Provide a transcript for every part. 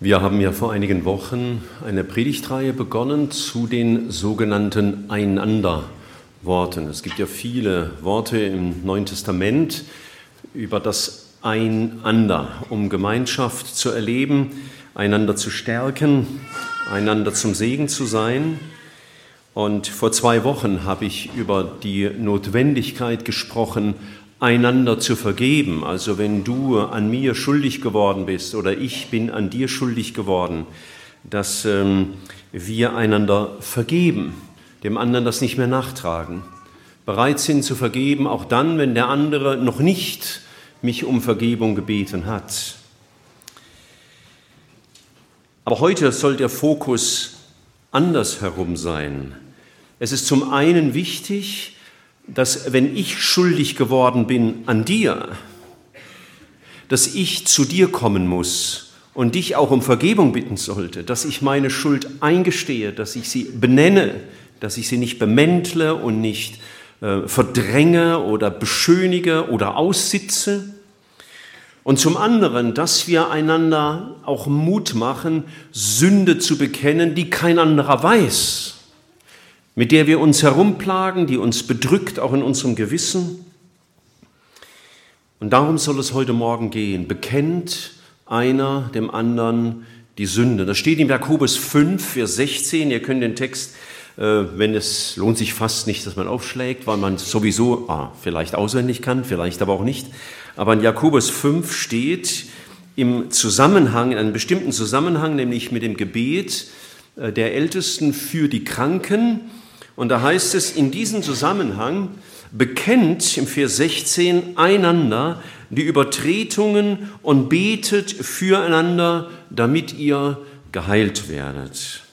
Wir haben ja vor einigen Wochen eine Predigtreihe begonnen zu den sogenannten Einander-Worten. Es gibt ja viele Worte im Neuen Testament über das Einander, um Gemeinschaft zu erleben, einander zu stärken, einander zum Segen zu sein. Und vor 2 Wochen habe ich über die Notwendigkeit gesprochen, einander zu vergeben. Also wenn du an mir schuldig geworden bist oder ich bin an dir schuldig geworden, dass wir einander vergeben, dem anderen das nicht mehr nachtragen, bereit sind zu vergeben, auch dann, wenn der andere noch nicht mich um Vergebung gebeten hat. Aber heute soll der Fokus andersherum sein. Es ist zum einen wichtig, dass wenn ich schuldig geworden bin an dir, dass ich zu dir kommen muss und dich auch um Vergebung bitten sollte, dass ich meine Schuld eingestehe, dass ich sie benenne, dass ich sie nicht bemäntle und nicht verdränge oder beschönige oder aussitze. Und zum anderen, dass wir einander auch Mut machen, Sünde zu bekennen, die kein anderer weiß, mit der wir uns herumplagen, die uns bedrückt, auch in unserem Gewissen. Und darum soll es heute Morgen gehen. Bekennt einer dem anderen die Sünde. Das steht in Jakobus 5, Vers 16. Ihr könnt den Text, wenn es lohnt sich fast nicht, dass man aufschlägt, weil man sowieso vielleicht auswendig kann, vielleicht aber auch nicht. Aber in Jakobus 5 steht im Zusammenhang, in einem bestimmten Zusammenhang, nämlich mit dem Gebet der Ältesten für die Kranken. Und da heißt es in diesem Zusammenhang, bekennt im Vers 16 einander die Übertretungen und betet füreinander, damit ihr geheilt werdet.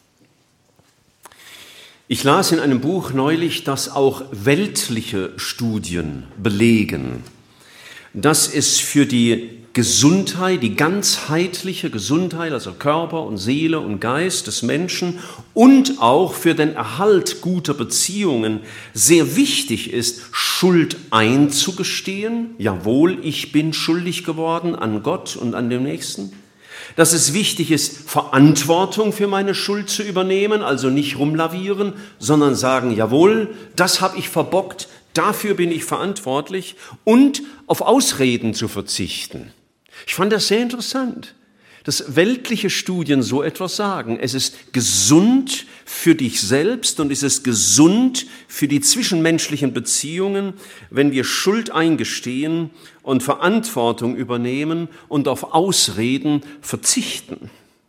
Ich las in einem Buch neulich, dass auch weltliche Studien belegen, dass es für die Gesundheit, die ganzheitliche Gesundheit, also Körper und Seele und Geist des Menschen und auch für den Erhalt guter Beziehungen sehr wichtig ist, Schuld einzugestehen. Jawohl, ich bin schuldig geworden an Gott und an dem Nächsten. Dass es wichtig ist, Verantwortung für meine Schuld zu übernehmen, also nicht rumlavieren, sondern sagen, jawohl, das habe ich verbockt, dafür bin ich verantwortlich und auf Ausreden zu verzichten. Ich fand das sehr interessant, dass weltliche Studien so etwas sagen. Es ist gesund für dich selbst und es ist gesund für die zwischenmenschlichen Beziehungen, wenn wir Schuld eingestehen und Verantwortung übernehmen und auf Ausreden verzichten.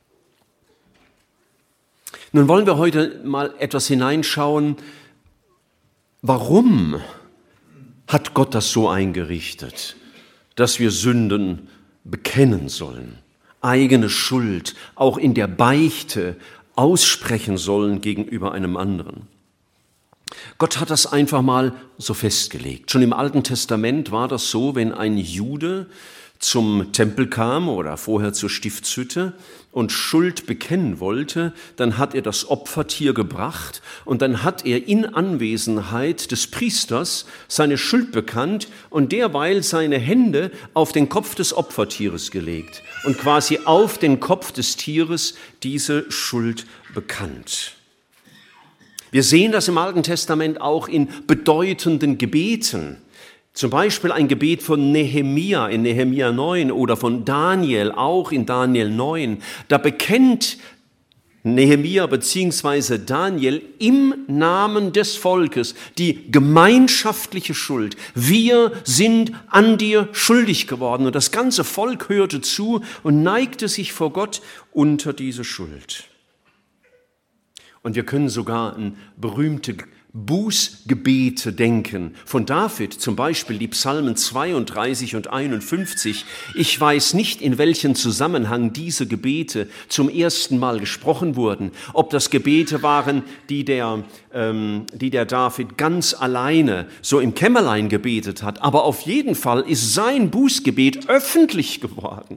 Nun wollen wir heute mal etwas hineinschauen. Warum hat Gott das so eingerichtet, dass wir Sünden bekennen sollen, eigene Schuld auch in der Beichte aussprechen sollen gegenüber einem anderen? Gott hat das einfach mal so festgelegt. Schon im Alten Testament war das so, wenn ein Jude zum Tempel kam oder vorher zur Stiftshütte und Schuld bekennen wollte, dann hat er das Opfertier gebracht und dann hat er in Anwesenheit des Priesters seine Schuld bekannt und derweil seine Hände auf den Kopf des Opfertieres gelegt und quasi auf den Kopf des Tieres diese Schuld bekannt. Wir sehen das im Alten Testament auch in bedeutenden Gebeten. Zum Beispiel ein Gebet von Nehemia in Nehemia 9 oder von Daniel auch in Daniel 9. Da bekennt Nehemia bzw. Daniel im Namen des Volkes die gemeinschaftliche Schuld. Wir sind an dir schuldig geworden. Und das ganze Volk hörte zu und neigte sich vor Gott unter diese Schuld. Und wir können sogar an berühmte Bußgebete denken. Von David zum Beispiel die Psalmen 32 und 51. Ich weiß nicht, in welchem Zusammenhang diese Gebete zum ersten Mal gesprochen wurden. Ob das Gebete waren, die der David ganz alleine so im Kämmerlein gebetet hat. Aber auf jeden Fall ist sein Bußgebet öffentlich geworden.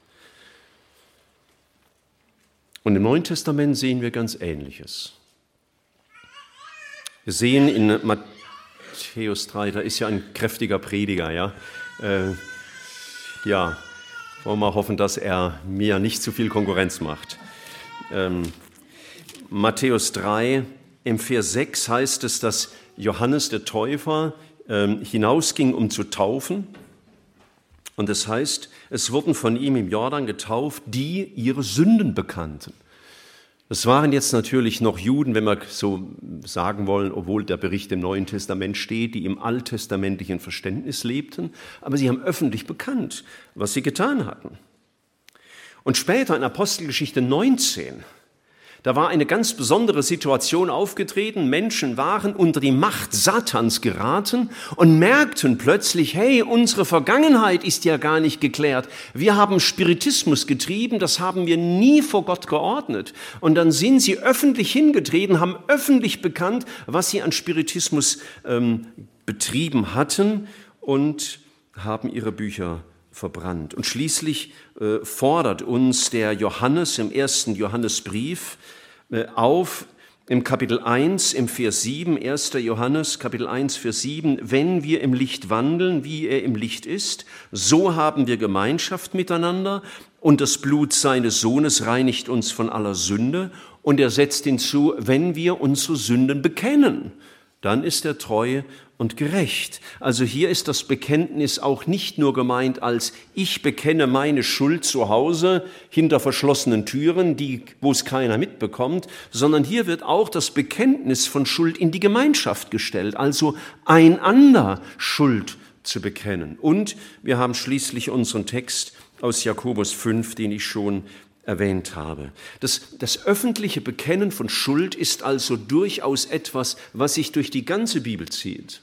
Und im Neuen Testament sehen wir ganz Ähnliches. Wir sehen in Matthäus 3, da ist ja ein kräftiger Prediger, Wollen wir mal hoffen, dass er mir nicht zu viel Konkurrenz macht. Matthäus 3, im Vers 6 heißt es, dass Johannes der Täufer hinausging, um zu taufen. Und es heißt, es wurden von ihm im Jordan getauft, die ihre Sünden bekannten. Das waren jetzt natürlich noch Juden, wenn wir so sagen wollen, obwohl der Bericht im Neuen Testament steht, die im alttestamentlichen Verständnis lebten, aber sie haben öffentlich bekannt, was sie getan hatten. Und später in Apostelgeschichte 19, da war eine ganz besondere Situation aufgetreten. Menschen waren unter die Macht Satans geraten und merkten plötzlich, hey, unsere Vergangenheit ist ja gar nicht geklärt. Wir haben Spiritismus getrieben, das haben wir nie vor Gott geordnet. Und dann sind sie öffentlich hingetreten, haben öffentlich bekannt, was sie an Spiritismus betrieben hatten und haben ihre Bücher verbrannt. Und schließlich fordert uns der Johannes im 1. Johannesbrief auf, im Kapitel 1, im Vers 7, 1. Johannes, Kapitel 1, Vers 7, wenn wir im Licht wandeln, wie er im Licht ist, so haben wir Gemeinschaft miteinander und das Blut seines Sohnes reinigt uns von aller Sünde. Und er setzt hinzu, wenn wir unsere Sünden bekennen, dann ist er treu und gerecht. Also hier ist das Bekenntnis auch nicht nur gemeint als ich bekenne meine Schuld zu Hause hinter verschlossenen Türen, wo es keiner mitbekommt, sondern hier wird auch das Bekenntnis von Schuld in die Gemeinschaft gestellt, also einander Schuld zu bekennen. Und wir haben schließlich unseren Text aus Jakobus 5, den ich schon erwähnt habe. Das öffentliche Bekennen von Schuld ist also durchaus etwas, was sich durch die ganze Bibel zieht.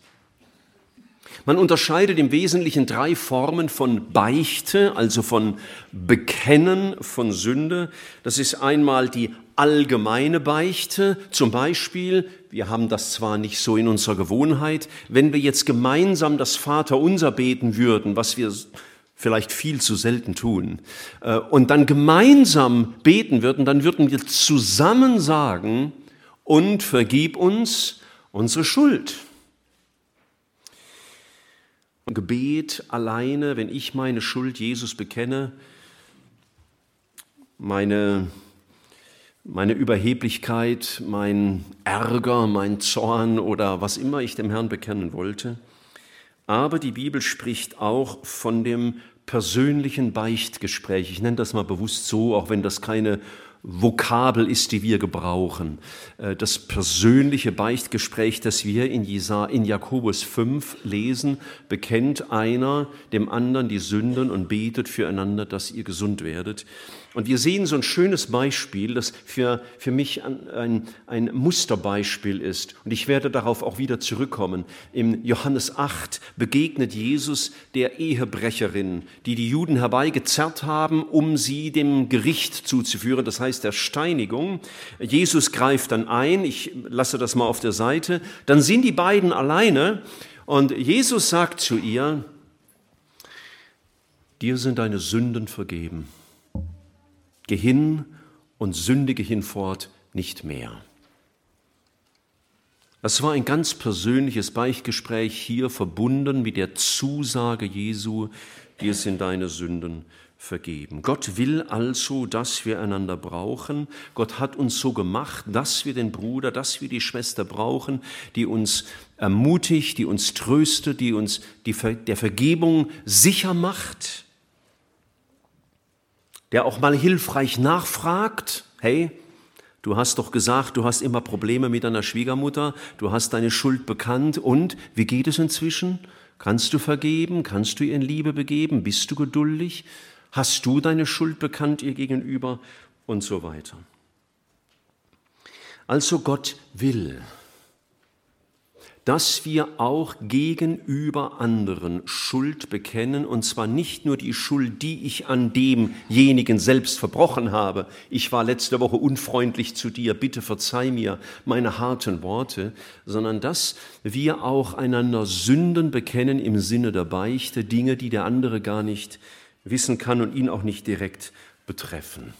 Man unterscheidet im Wesentlichen 3 Formen von Beichte, also von Bekennen von Sünde. Das ist einmal die allgemeine Beichte, zum Beispiel, wir haben das zwar nicht so in unserer Gewohnheit, wenn wir jetzt gemeinsam das Vaterunser beten würden, was wir vielleicht viel zu selten tun, und dann gemeinsam beten würden, dann würden wir zusammen sagen, und vergib uns unsere Schuld. Gebet alleine, wenn ich meine Schuld Jesus bekenne, meine Überheblichkeit, mein Ärger, mein Zorn oder was immer ich dem Herrn bekennen wollte. Aber die Bibel spricht auch von dem persönlichen Beichtgespräch. Ich nenne das mal bewusst so, auch wenn das keine Vokabel ist, die wir gebrauchen. Das persönliche Beichtgespräch, das wir in Jakobus 5 lesen, bekennt einer dem anderen die Sünden und betet füreinander, dass ihr gesund werdet. Und wir sehen so ein schönes Beispiel, das für mich ein Musterbeispiel ist. Und ich werde darauf auch wieder zurückkommen. Im Johannes 8 begegnet Jesus der Ehebrecherin, die Juden herbeigezerrt haben, um sie dem Gericht zuzuführen, das heißt der Steinigung. Jesus greift dann ein, ich lasse das mal auf der Seite, dann sind die beiden alleine und Jesus sagt zu ihr, dir sind deine Sünden vergeben. Geh hin und sündige hinfort nicht mehr. Das war ein ganz persönliches Beichtgespräch hier verbunden mit der Zusage Jesu, dir sind deine Sünden vergeben. Gott will also, dass wir einander brauchen. Gott hat uns so gemacht, dass wir den Bruder, dass wir die Schwester brauchen, die uns ermutigt, die uns tröstet, die uns der Vergebung sicher macht, der auch mal hilfreich nachfragt, hey, du hast doch gesagt, du hast immer Probleme mit deiner Schwiegermutter, du hast deine Schuld bekannt und wie geht es inzwischen? Kannst du vergeben? Kannst du ihr in Liebe begeben? Bist du geduldig? Hast du deine Schuld bekannt ihr gegenüber? Und so weiter. Also Gott will, dass wir auch gegenüber anderen Schuld bekennen, und zwar nicht nur die Schuld, die ich an demjenigen selbst verbrochen habe. Ich war letzte Woche unfreundlich zu dir, bitte verzeih mir meine harten Worte, sondern dass wir auch einander Sünden bekennen im Sinne der Beichte, Dinge, die der andere gar nicht wissen kann und ihn auch nicht direkt betreffen.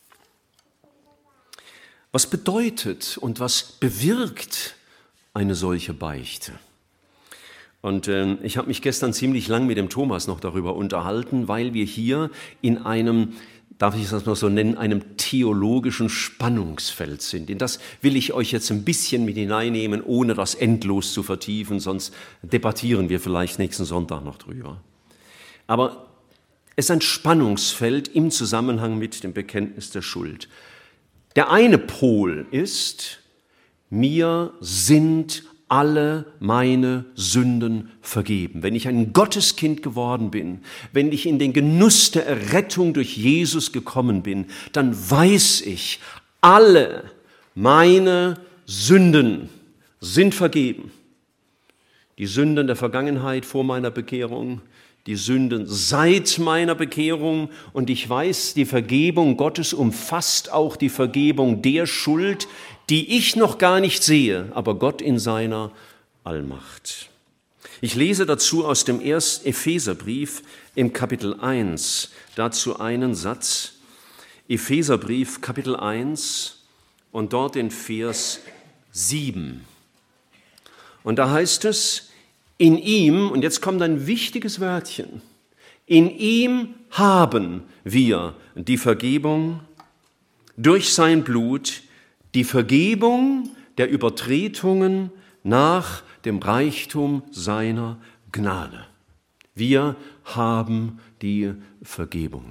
Was bedeutet und was bewirkt eine solche Beichte? Und ich habe mich gestern ziemlich lang mit dem Thomas noch darüber unterhalten, weil wir hier in einem, darf ich das mal so nennen, einem theologischen Spannungsfeld sind. In das will ich euch jetzt ein bisschen mit hineinnehmen, ohne das endlos zu vertiefen, sonst debattieren wir vielleicht nächsten Sonntag noch drüber. Aber es ist ein Spannungsfeld im Zusammenhang mit dem Bekenntnis der Schuld. Der eine Pol ist, mir sind alle meine Sünden vergeben. Wenn ich ein Gotteskind geworden bin, wenn ich in den Genuss der Errettung durch Jesus gekommen bin, dann weiß ich, alle meine Sünden sind vergeben. Die Sünden der Vergangenheit vor meiner Bekehrung, die Sünden seit meiner Bekehrung, und ich weiß, die Vergebung Gottes umfasst auch die Vergebung der Schuld, die ich noch gar nicht sehe, aber Gott in seiner Allmacht. Ich lese dazu aus dem 1. Epheserbrief im Kapitel 1, dazu einen Satz, Epheserbrief Kapitel 1 und dort den Vers 7. Und da heißt es, in ihm, und jetzt kommt ein wichtiges Wörtchen, in ihm haben wir die Vergebung durch sein Blut, die Vergebung der Übertretungen nach dem Reichtum seiner Gnade. Wir haben die Vergebung.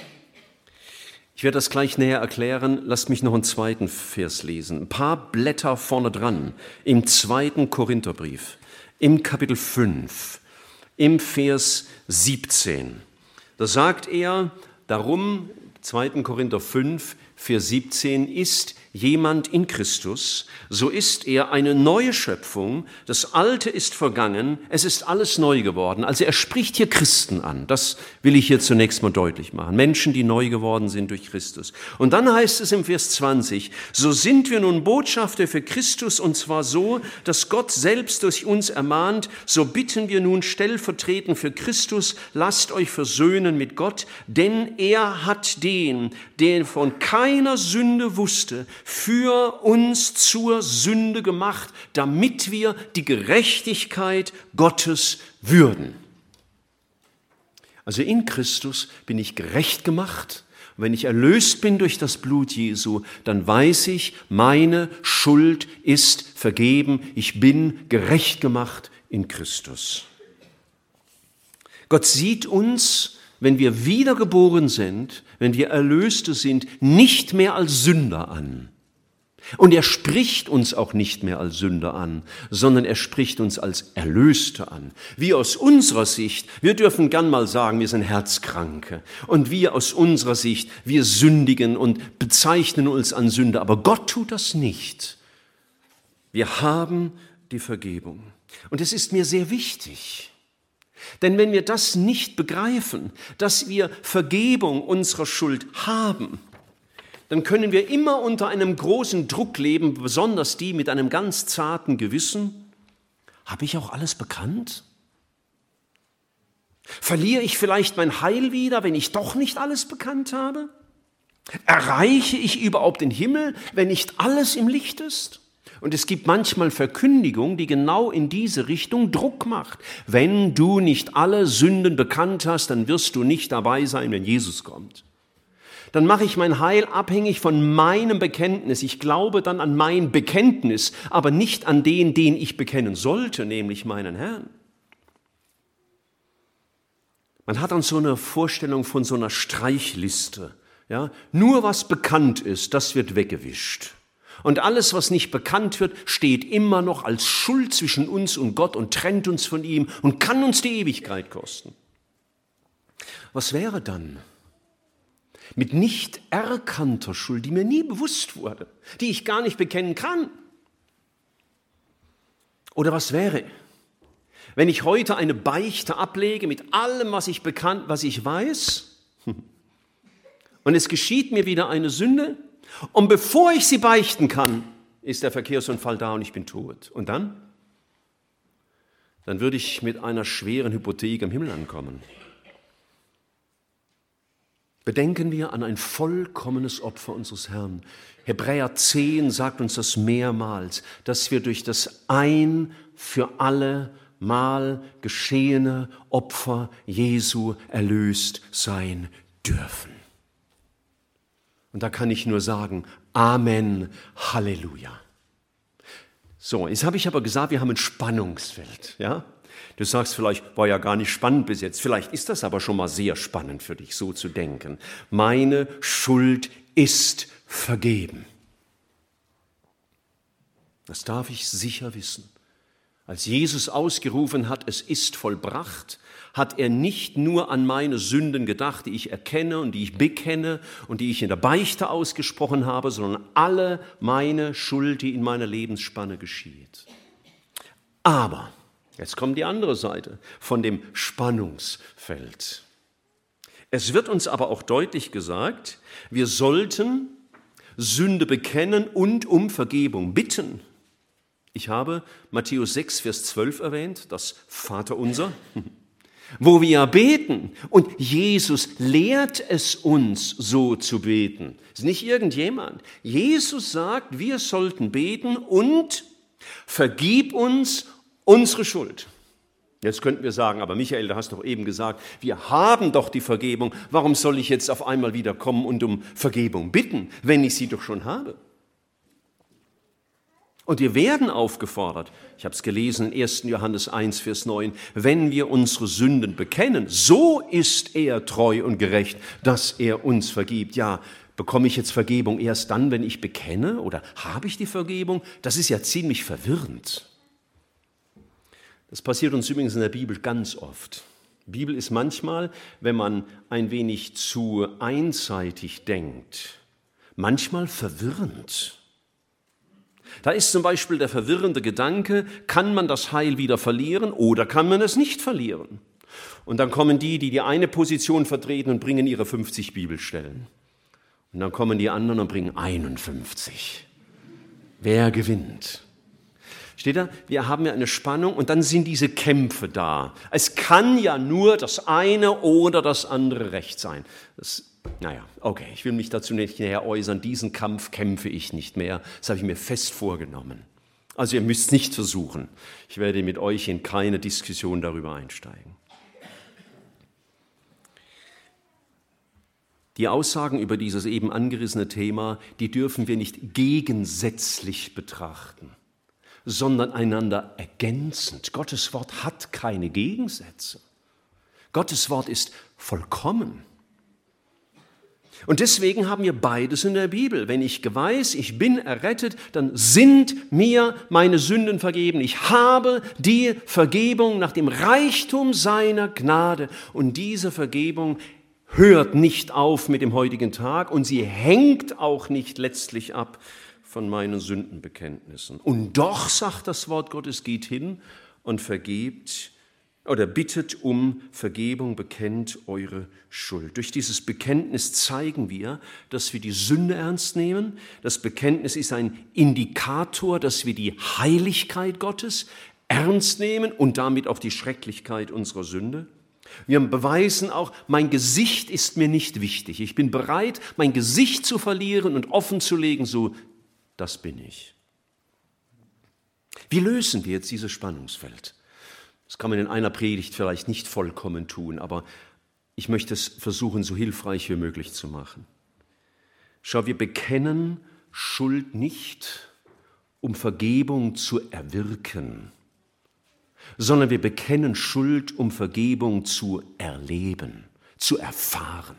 Ich werde das gleich näher erklären. Lasst mich noch einen zweiten Vers lesen. Ein paar Blätter vorne dran im 2. Korintherbrief. Im Kapitel 5, im Vers 17, da sagt er, darum, 2. Korinther 5, Vers 17, ist jemand in Christus, so ist er eine neue Schöpfung, das Alte ist vergangen, es ist alles neu geworden. Also er spricht hier Christen an, das will ich hier zunächst mal deutlich machen. Menschen, die neu geworden sind durch Christus. Und dann heißt es im Vers 20, so sind wir nun Botschafter für Christus, und zwar so, dass Gott selbst durch uns ermahnt, so bitten wir nun stellvertretend für Christus, lasst euch versöhnen mit Gott, denn er hat den, der von keiner Sünde wusste, für uns zur Sünde gemacht, damit wir die Gerechtigkeit Gottes würden. Also in Christus bin ich gerecht gemacht. Und wenn ich erlöst bin durch das Blut Jesu, dann weiß ich, meine Schuld ist vergeben. Ich bin gerecht gemacht in Christus. Gott sieht uns, wenn wir wiedergeboren sind, wenn wir Erlöste sind, nicht mehr als Sünder an. Und er spricht uns auch nicht mehr als Sünder an, sondern er spricht uns als Erlöste an. Wir aus unserer Sicht, wir dürfen gern mal sagen, wir sind Herzkranke. Und wir aus unserer Sicht, wir sündigen und bezeichnen uns als Sünder. Aber Gott tut das nicht. Wir haben die Vergebung. Und es ist mir sehr wichtig. Denn wenn wir das nicht begreifen, dass wir Vergebung unserer Schuld haben, dann können wir immer unter einem großen Druck leben, besonders die mit einem ganz zarten Gewissen. Habe ich auch alles bekannt? Verliere ich vielleicht mein Heil wieder, wenn ich doch nicht alles bekannt habe? Erreiche ich überhaupt den Himmel, wenn nicht alles im Licht ist? Und es gibt manchmal Verkündigung, die genau in diese Richtung Druck macht. Wenn du nicht alle Sünden bekannt hast, dann wirst du nicht dabei sein, wenn Jesus kommt. Dann mache ich mein Heil abhängig von meinem Bekenntnis. Ich glaube dann an mein Bekenntnis, aber nicht an den ich bekennen sollte, nämlich meinen Herrn. Man hat dann so eine Vorstellung von so einer Streichliste. Ja? Nur was bekannt ist, das wird weggewischt. Und alles, was nicht bekannt wird, steht immer noch als Schuld zwischen uns und Gott und trennt uns von ihm und kann uns die Ewigkeit kosten. Was wäre dann mit nicht erkannter Schuld, die mir nie bewusst wurde, die ich gar nicht bekennen kann? Oder was wäre, wenn ich heute eine Beichte ablege mit allem, was ich weiß, und es geschieht mir wieder eine Sünde, und bevor ich sie beichten kann, ist der Verkehrsunfall da und ich bin tot. Und dann? Dann würde ich mit einer schweren Hypothek im Himmel ankommen. Bedenken wir an ein vollkommenes Opfer unseres Herrn. Hebräer 10 sagt uns das mehrmals, dass wir durch das ein für alle Mal geschehene Opfer Jesu erlöst sein dürfen. Und da kann ich nur sagen, Amen, Halleluja. So, jetzt habe ich aber gesagt, wir haben ein Spannungsfeld. Ja? Du sagst vielleicht, war ja gar nicht spannend bis jetzt. Vielleicht ist das aber schon mal sehr spannend für dich, so zu denken. Meine Schuld ist vergeben. Das darf ich sicher wissen. Als Jesus ausgerufen hat, es ist vollbracht, hat er nicht nur an meine Sünden gedacht, die ich erkenne und die ich bekenne und die ich in der Beichte ausgesprochen habe, sondern alle meine Schuld, die in meiner Lebensspanne geschieht. Aber, jetzt kommt die andere Seite von dem Spannungsfeld. Es wird uns aber auch deutlich gesagt, wir sollten Sünde bekennen und um Vergebung bitten. Ich habe Matthäus 6, Vers 12 erwähnt, das Vaterunser, wo wir ja beten. Und Jesus lehrt es uns, so zu beten. Es ist nicht irgendjemand. Jesus sagt, wir sollten beten und vergib uns unsere Schuld. Jetzt könnten wir sagen, aber Michael, du hast doch eben gesagt, wir haben doch die Vergebung. Warum soll ich jetzt auf einmal wieder kommen und um Vergebung bitten, wenn ich sie doch schon habe? Und wir werden aufgefordert, ich habe es gelesen in 1. Johannes 1, Vers 9, wenn wir unsere Sünden bekennen, so ist er treu und gerecht, dass er uns vergibt. Ja, bekomme ich jetzt Vergebung erst dann, wenn ich bekenne, oder habe ich die Vergebung? Das ist ja ziemlich verwirrend. Das passiert uns übrigens in der Bibel ganz oft. Die Bibel ist manchmal, wenn man ein wenig zu einseitig denkt, manchmal verwirrend. Da ist zum Beispiel der verwirrende Gedanke, kann man das Heil wieder verlieren oder kann man es nicht verlieren? Und dann kommen die eine Position vertreten und bringen ihre 50 Bibelstellen. Und dann kommen die anderen und bringen 51. Wer gewinnt? Steht da? Wir haben ja eine Spannung und dann sind diese Kämpfe da. Es kann ja nur das eine oder das andere Recht sein. Okay, ich will mich dazu nicht näher äußern. Diesen Kampf kämpfe ich nicht mehr. Das habe ich mir fest vorgenommen. Also ihr müsst es nicht versuchen. Ich werde mit euch in keine Diskussion darüber einsteigen. Die Aussagen über dieses eben angerissene Thema, die dürfen wir nicht gegensätzlich betrachten, sondern einander ergänzend. Gottes Wort hat keine Gegensätze. Gottes Wort ist vollkommen. Und deswegen haben wir beides in der Bibel. Wenn ich weiß, ich bin errettet, dann sind mir meine Sünden vergeben. Ich habe die Vergebung nach dem Reichtum seiner Gnade. Und diese Vergebung hört nicht auf mit dem heutigen Tag und sie hängt auch nicht letztlich ab von meinen Sündenbekenntnissen. Und doch, sagt das Wort Gottes, geht hin und vergebt oder bittet um Vergebung, bekennt eure Schuld. Durch dieses Bekenntnis zeigen wir, dass wir die Sünde ernst nehmen. Das Bekenntnis ist ein Indikator, dass wir die Heiligkeit Gottes ernst nehmen und damit auch die Schrecklichkeit unserer Sünde. Wir beweisen auch, mein Gesicht ist mir nicht wichtig. Ich bin bereit, mein Gesicht zu verlieren und offen zu legen, so, das bin ich. Wie lösen wir jetzt dieses Spannungsfeld? Das kann man in einer Predigt vielleicht nicht vollkommen tun, aber ich möchte es versuchen, so hilfreich wie möglich zu machen. Schau, wir bekennen Schuld nicht, um Vergebung zu erwirken, sondern wir bekennen Schuld, um Vergebung zu erleben, zu erfahren.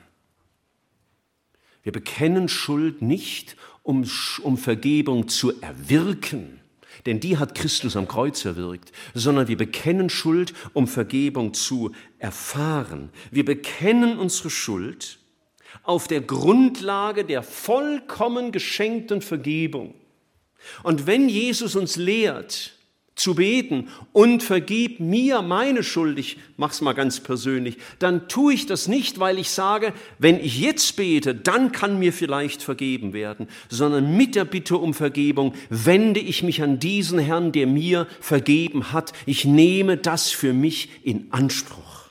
Wir bekennen Schuld nicht, um Vergebung zu erwirken, denn die hat Christus am Kreuz erwirkt, sondern wir bekennen Schuld, um Vergebung zu erfahren. Wir bekennen unsere Schuld auf der Grundlage der vollkommen geschenkten Vergebung. Und wenn Jesus uns lehrt, zu beten und vergib mir meine Schuld, ich mach's mal ganz persönlich, dann tue ich das nicht, weil ich sage, wenn ich jetzt bete, dann kann mir vielleicht vergeben werden, sondern mit der Bitte um Vergebung wende ich mich an diesen Herrn, der mir vergeben hat. Ich nehme das für mich in Anspruch.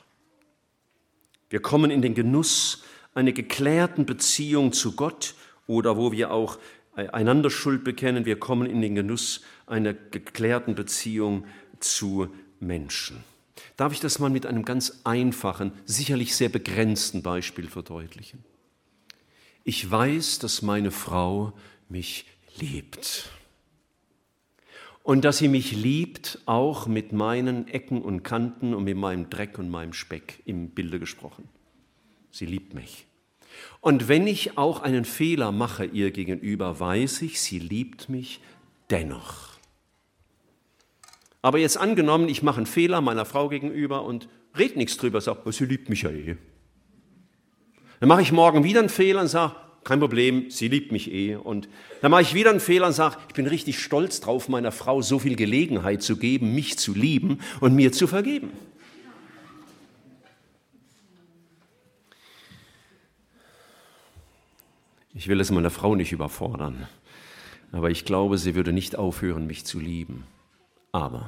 Wir kommen in den Genuss einer geklärten Beziehung zu Gott oder wo wir auch einander Schuld bekennen, wir kommen in den Genuss einer geklärten Beziehung zu Menschen. Darf ich das mal mit einem ganz einfachen, sicherlich sehr begrenzten Beispiel verdeutlichen? Ich weiß, dass meine Frau mich liebt. Und dass sie mich liebt, auch mit meinen Ecken und Kanten und mit meinem Dreck und meinem Speck, im Bilde gesprochen. Sie liebt mich. Und wenn ich auch einen Fehler mache ihr gegenüber, weiß ich, sie liebt mich dennoch. Aber jetzt angenommen, ich mache einen Fehler meiner Frau gegenüber und rede nichts drüber, sage, sie liebt mich ja eh. Dann mache ich morgen wieder einen Fehler und sage, kein Problem, sie liebt mich eh. Und dann mache ich wieder einen Fehler und sage, ich bin richtig stolz drauf, meiner Frau so viel Gelegenheit zu geben, mich zu lieben und mir zu vergeben. Ich will es meiner Frau nicht überfordern, aber ich glaube, sie würde nicht aufhören, mich zu lieben. Aber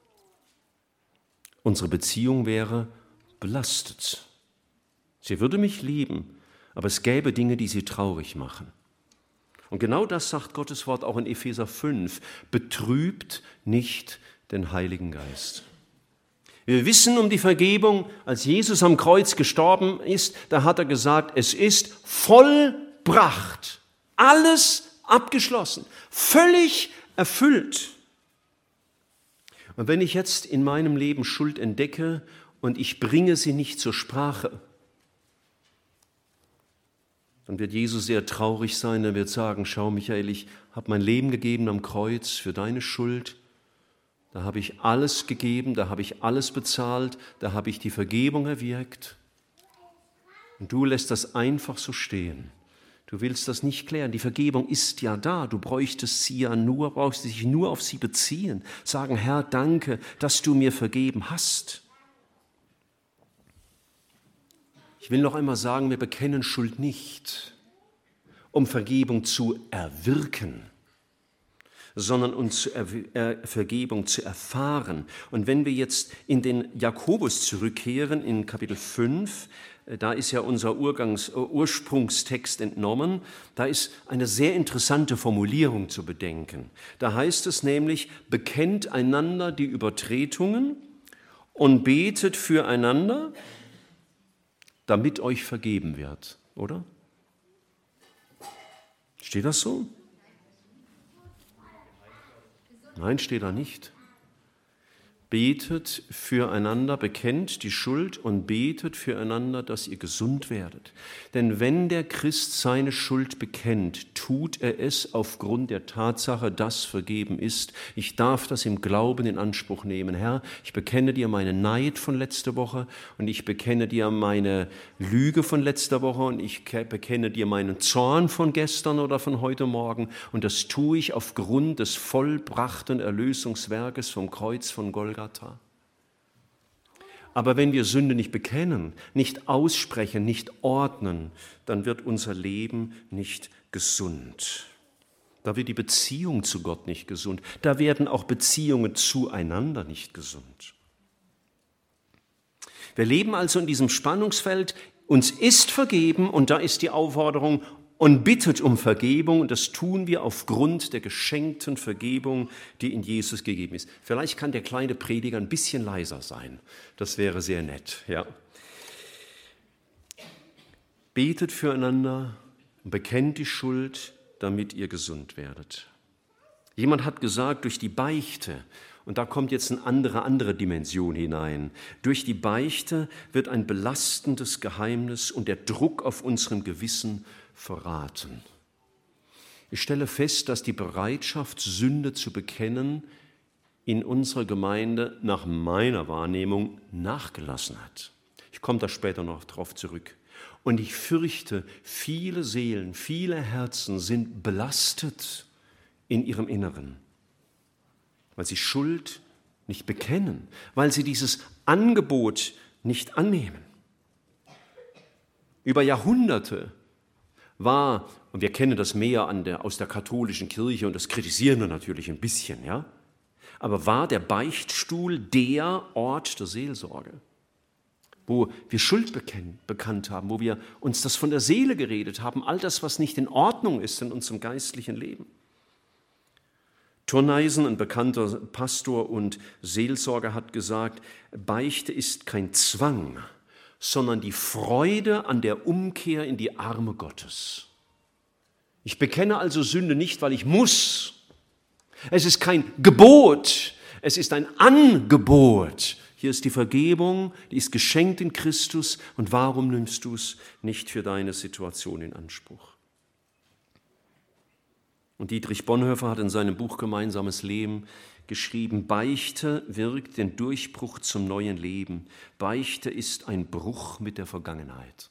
unsere Beziehung wäre belastet. Sie würde mich lieben, aber es gäbe Dinge, die sie traurig machen. Und genau das sagt Gottes Wort auch in Epheser 5. Betrübt nicht den Heiligen Geist. Wir wissen um die Vergebung, als Jesus am Kreuz gestorben ist, da hat er gesagt, es ist vollbracht. Alles abgeschlossen, völlig erfüllt. Und wenn ich jetzt in meinem Leben Schuld entdecke und ich bringe sie nicht zur Sprache, dann wird Jesus sehr traurig sein, er wird sagen, schau Michael, ich habe mein Leben gegeben am Kreuz für deine Schuld, da habe ich alles gegeben, da habe ich alles bezahlt, da habe ich die Vergebung erwirkt und du lässt das einfach so stehen. Du willst das nicht klären, die Vergebung ist ja da, du brauchst dich nur auf sie beziehen, sagen, Herr, danke, dass du mir vergeben hast. Ich will noch einmal sagen, wir bekennen Schuld nicht, um Vergebung zu erwirken, sondern um Vergebung zu erfahren. Und wenn wir jetzt in den Jakobus zurückkehren, in Kapitel 5, da ist ja unser Ursprungstext entnommen, da ist eine sehr interessante Formulierung zu bedenken. Da heißt es nämlich, bekennt einander die Übertretungen und betet füreinander, damit euch vergeben wird, oder? Steht das so? Nein, steht da nicht. Betet füreinander, bekennt die Schuld und betet füreinander, dass ihr gesund werdet. Denn wenn der Christ seine Schuld bekennt, tut er es aufgrund der Tatsache, dass vergeben ist. Ich darf das im Glauben in Anspruch nehmen. Herr, ich bekenne dir meinen Neid von letzter Woche und ich bekenne dir meine Lüge von letzter Woche und ich bekenne dir meinen Zorn von gestern oder von heute Morgen und das tue ich aufgrund des vollbrachten Erlösungswerkes vom Kreuz von Golgatha. Aber wenn wir Sünde nicht bekennen, nicht aussprechen, nicht ordnen, dann wird unser Leben nicht gesund. Da wird die Beziehung zu Gott nicht gesund. Da werden auch Beziehungen zueinander nicht gesund. Wir leben also in diesem Spannungsfeld, uns ist vergeben und da ist die Aufforderung, und bittet um Vergebung und das tun wir aufgrund der geschenkten Vergebung, die in Jesus gegeben ist. Vielleicht kann der kleine Prediger ein bisschen leiser sein. Das wäre sehr nett. Ja. Betet füreinander und bekennt die Schuld, damit ihr gesund werdet. Jemand hat gesagt, durch die Beichte, und da kommt jetzt eine andere Dimension hinein, durch die Beichte wird ein belastendes Geheimnis und der Druck auf unserem Gewissen verraten. Ich stelle fest, dass die Bereitschaft, Sünde zu bekennen, in unserer Gemeinde nach meiner Wahrnehmung nachgelassen hat. Ich komme da später noch drauf zurück. Und ich fürchte, viele Seelen, viele Herzen sind belastet in ihrem Inneren, weil sie Schuld nicht bekennen, weil sie dieses Angebot nicht annehmen. Über Jahrhunderte war, und wir kennen das mehr aus der katholischen Kirche und das kritisieren wir natürlich ein bisschen, ja, aber war der Beichtstuhl der Ort der Seelsorge, wo wir Schuld bekannt haben, wo wir uns das von der Seele geredet haben, all das, was nicht in Ordnung ist in unserem geistlichen Leben. Thorneisen, ein bekannter Pastor und Seelsorger, hat gesagt, Beichte ist kein Zwang, sondern die Freude an der Umkehr in die Arme Gottes. Ich bekenne also Sünde nicht, weil ich muss. Es ist kein Gebot, es ist ein Angebot. Hier ist die Vergebung, die ist geschenkt in Christus. Und warum nimmst du es nicht für deine Situation in Anspruch? Und Dietrich Bonhoeffer hat in seinem Buch Gemeinsames Leben geschrieben, Beichte wirkt den Durchbruch zum neuen Leben. Beichte ist ein Bruch mit der Vergangenheit.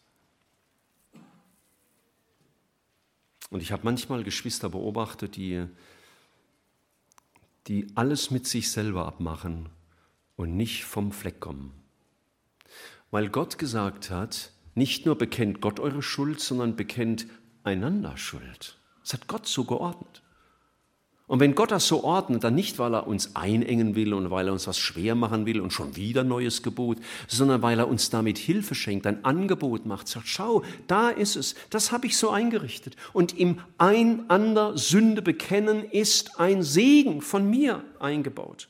Und ich habe manchmal Geschwister beobachtet, die alles mit sich selber abmachen und nicht vom Fleck kommen. Weil Gott gesagt hat, nicht nur bekennt Gott eure Schuld, sondern bekennt einander Schuld. Das hat Gott so geordnet. Und wenn Gott das so ordnet, dann nicht, weil er uns einengen will und weil er uns was schwer machen will und schon wieder ein neues Gebot, sondern weil er uns damit Hilfe schenkt, ein Angebot macht, sagt, schau, da ist es, das habe ich so eingerichtet. Und im einander Sünde bekennen ist ein Segen von mir eingebaut.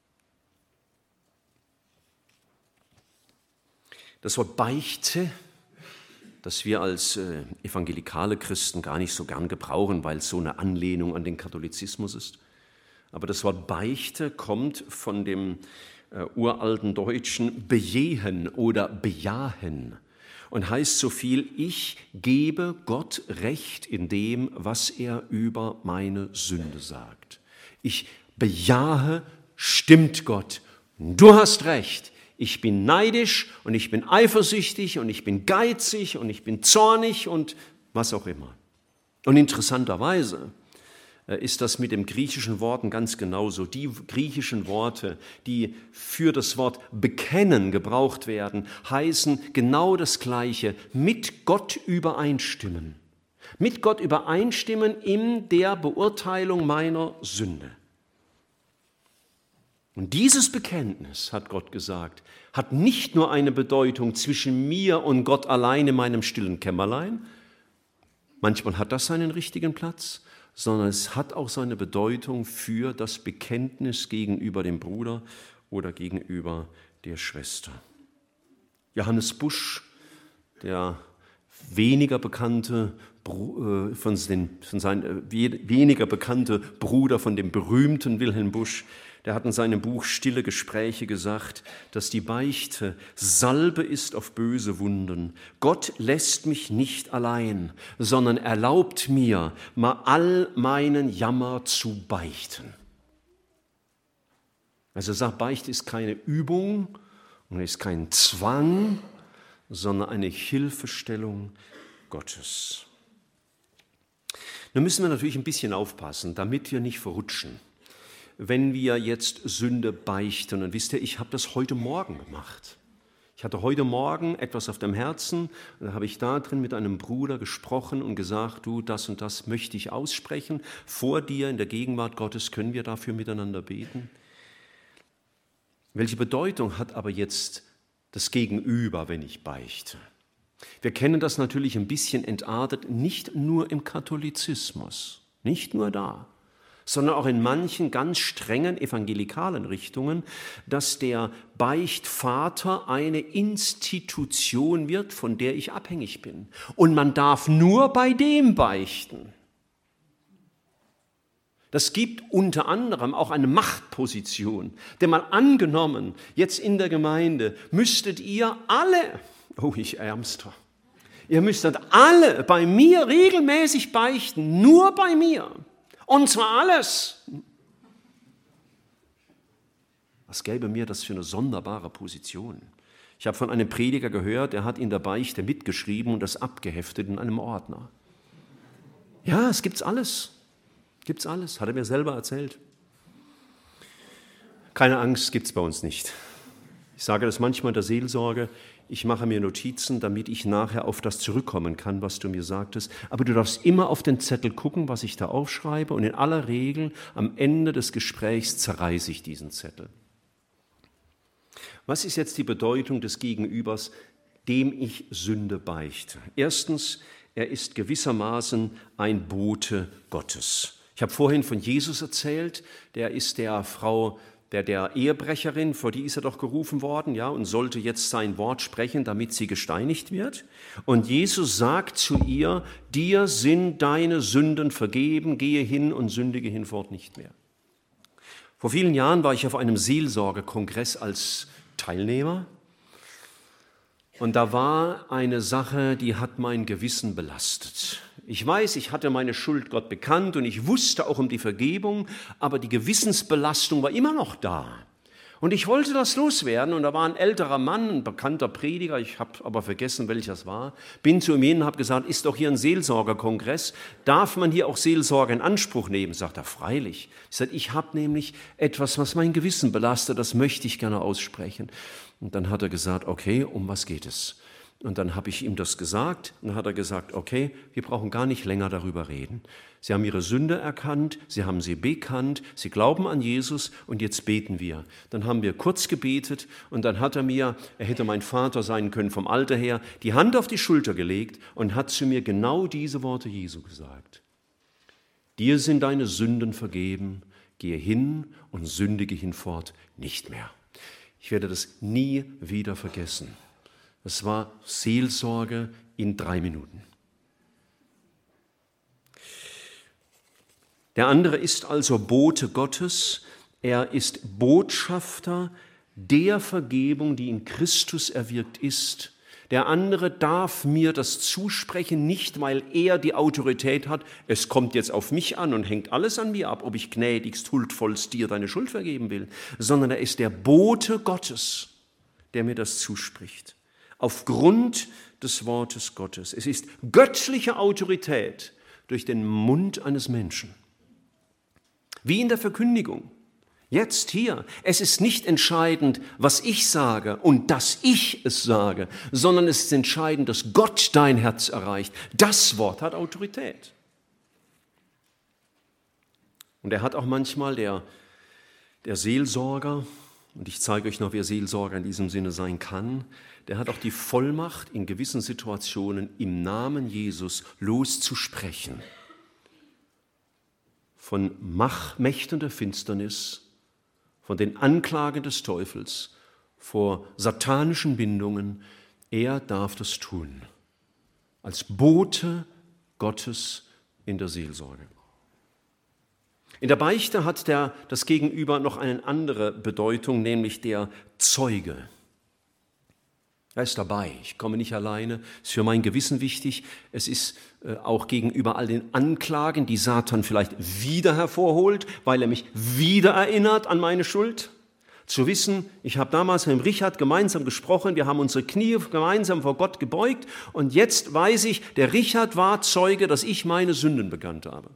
Das Wort Beichte, das wir als evangelikale Christen gar nicht so gern gebrauchen, weil es so eine Anlehnung an den Katholizismus ist. Aber das Wort Beichte kommt von dem uralten Deutschen bejehen oder bejahen und heißt so viel, ich gebe Gott Recht in dem, was er über meine Sünde sagt. Ich bejahe, stimmt Gott, du hast Recht. Ich bin neidisch und ich bin eifersüchtig und ich bin geizig und ich bin zornig und was auch immer. Und interessanterweise ist das mit dem griechischen Worten ganz genauso. Die griechischen Worte, die für das Wort bekennen gebraucht werden, heißen genau das Gleiche, mit Gott übereinstimmen. Mit Gott übereinstimmen in der Beurteilung meiner Sünde. Und dieses Bekenntnis, hat Gott gesagt, hat nicht nur eine Bedeutung zwischen mir und Gott allein in meinem stillen Kämmerlein, manchmal hat das seinen richtigen Platz, sondern es hat auch seine Bedeutung für das Bekenntnis gegenüber dem Bruder oder gegenüber der Schwester. Johannes Busch, der weniger bekannte weniger bekannte Bruder von dem berühmten Wilhelm Busch, der hat in seinem Buch Stille Gespräche gesagt, dass die Beichte Salbe ist auf böse Wunden. Gott lässt mich nicht allein, sondern erlaubt mir, mal all meinen Jammer zu beichten. Also er sagt, Beichte ist keine Übung und ist kein Zwang, sondern eine Hilfestellung Gottes. Nun müssen wir natürlich ein bisschen aufpassen, damit wir nicht verrutschen. Wenn wir jetzt Sünde beichten, und wisst ihr, ich habe das heute Morgen gemacht. Ich hatte heute Morgen etwas auf dem Herzen, und da habe ich da drin mit einem Bruder gesprochen und gesagt, du, das und das möchte ich aussprechen. Vor dir in der Gegenwart Gottes können wir dafür miteinander beten. Welche Bedeutung hat aber jetzt das Gegenüber, wenn ich beichte? Wir kennen das natürlich ein bisschen entartet, nicht nur im Katholizismus, nicht nur da, sondern auch in manchen ganz strengen evangelikalen Richtungen, dass der Beichtvater eine Institution wird, von der ich abhängig bin. Und man darf nur bei dem beichten. Das gibt unter anderem auch eine Machtposition. Denn mal angenommen, jetzt in der Gemeinde müsstet ihr alle, oh ich Ärmster, ihr müsstet alle bei mir regelmäßig beichten, nur bei mir. Und zwar alles. Was gäbe mir das für eine sonderbare Position? Ich habe von einem Prediger gehört, der hat in der Beichte mitgeschrieben und das abgeheftet in einem Ordner. Ja, es gibt's alles. Gibt's alles, hat er mir selber erzählt. Keine Angst, gibt's bei uns nicht. Ich sage das manchmal der Seelsorge, ich mache mir Notizen, damit ich nachher auf das zurückkommen kann, was du mir sagtest. Aber du darfst immer auf den Zettel gucken, was ich da aufschreibe. Und in aller Regel am Ende des Gesprächs zerreiße ich diesen Zettel. Was ist jetzt die Bedeutung des Gegenübers, dem ich Sünde beichte? Erstens, er ist gewissermaßen ein Bote Gottes. Ich habe vorhin von Jesus erzählt, der ist der Frau, der Ehebrecherin, vor die ist er doch gerufen worden, ja, und sollte jetzt sein Wort sprechen, damit sie gesteinigt wird. Und Jesus sagt zu ihr, dir sind deine Sünden vergeben, gehe hin und sündige hinfort nicht mehr. Vor vielen Jahren war ich auf einem Seelsorgekongress als Teilnehmer. Und da war eine Sache, die hat mein Gewissen belastet. Ich weiß, ich hatte meine Schuld Gott bekannt und ich wusste auch um die Vergebung, aber die Gewissensbelastung war immer noch da. Und ich wollte das loswerden und da war ein älterer Mann, ein bekannter Prediger, ich habe aber vergessen, welcher es war, bin zu ihm hin und habe gesagt, ist doch hier ein Seelsorgerkongress, darf man hier auch Seelsorge in Anspruch nehmen? Sagt er, freilich. Ich sagte, ich habe nämlich etwas, was mein Gewissen belastet, das möchte ich gerne aussprechen. Und dann hat er gesagt, okay, um was geht es? Und dann habe ich ihm das gesagt und dann hat er gesagt, okay, wir brauchen gar nicht länger darüber reden. Sie haben ihre Sünde erkannt, sie haben sie bekannt, sie glauben an Jesus und jetzt beten wir. Dann haben wir kurz gebetet und dann hat er hätte mein Vater sein können vom Alter her, die Hand auf die Schulter gelegt und hat zu mir genau diese Worte Jesu gesagt. Dir sind deine Sünden vergeben, gehe hin und sündige hinfort nicht mehr. Ich werde das nie wieder vergessen. Es war Seelsorge in 3 Minuten. Der andere ist also Bote Gottes. Er ist Botschafter der Vergebung, die in Christus erwirkt ist. Der andere darf mir das zusprechen, nicht weil er die Autorität hat, es kommt jetzt auf mich an und hängt alles an mir ab, ob ich gnädigst, huldvollst dir deine Schuld vergeben will, sondern er ist der Bote Gottes, der mir das zuspricht. Aufgrund des Wortes Gottes. Es ist göttliche Autorität durch den Mund eines Menschen. Wie in der Verkündigung. Jetzt hier. Es ist nicht entscheidend, was ich sage und dass ich es sage, sondern es ist entscheidend, dass Gott dein Herz erreicht. Das Wort hat Autorität. Und er hat auch manchmal der Seelsorger, und ich zeige euch noch, wer Seelsorger in diesem Sinne sein kann, der hat auch die Vollmacht, in gewissen Situationen im Namen Jesus loszusprechen. Von Mächten der Finsternis, von den Anklagen des Teufels, vor satanischen Bindungen. Er darf das tun, als Bote Gottes in der Seelsorge. In der Beichte hat das Gegenüber noch eine andere Bedeutung, nämlich der Zeuge. Er ist dabei, ich komme nicht alleine, ist für mein Gewissen wichtig. Es ist auch gegenüber all den Anklagen, die Satan vielleicht wieder hervorholt, weil er mich wieder erinnert an meine Schuld. Zu wissen, ich habe damals mit Richard gemeinsam gesprochen, wir haben unsere Knie gemeinsam vor Gott gebeugt und jetzt weiß ich, der Richard war Zeuge, dass ich meine Sünden bekannt habe.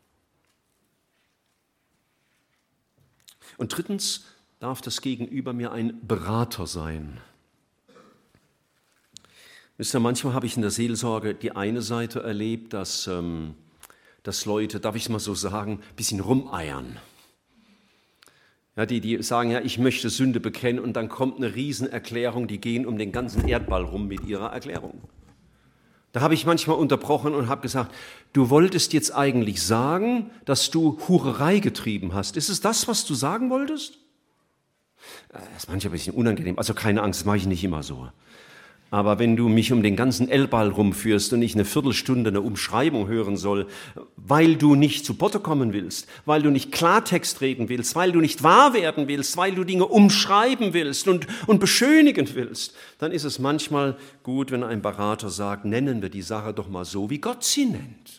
Und drittens darf das Gegenüber mir ein Berater sein. Wisst ihr, manchmal habe ich in der Seelsorge die eine Seite erlebt, dass Leute, darf ich es mal so sagen, ein bisschen rumeiern. Ja, die sagen, ja, ich möchte Sünde bekennen und dann kommt eine Riesenerklärung, die gehen um den ganzen Erdball rum mit ihrer Erklärung. Da habe ich manchmal unterbrochen und habe gesagt, du wolltest jetzt eigentlich sagen, dass du Hurerei getrieben hast. Ist es das, was du sagen wolltest? Das ist manchmal ein bisschen unangenehm. Also keine Angst, das mache ich nicht immer so. Aber wenn du mich um den ganzen Ellball rumführst und ich eine Viertelstunde eine Umschreibung hören soll, weil du nicht zu Potte kommen willst, weil du nicht Klartext reden willst, weil du nicht wahr werden willst, weil du Dinge umschreiben willst und beschönigen willst, dann ist es manchmal gut, wenn ein Berater sagt, nennen wir die Sache doch mal so, wie Gott sie nennt.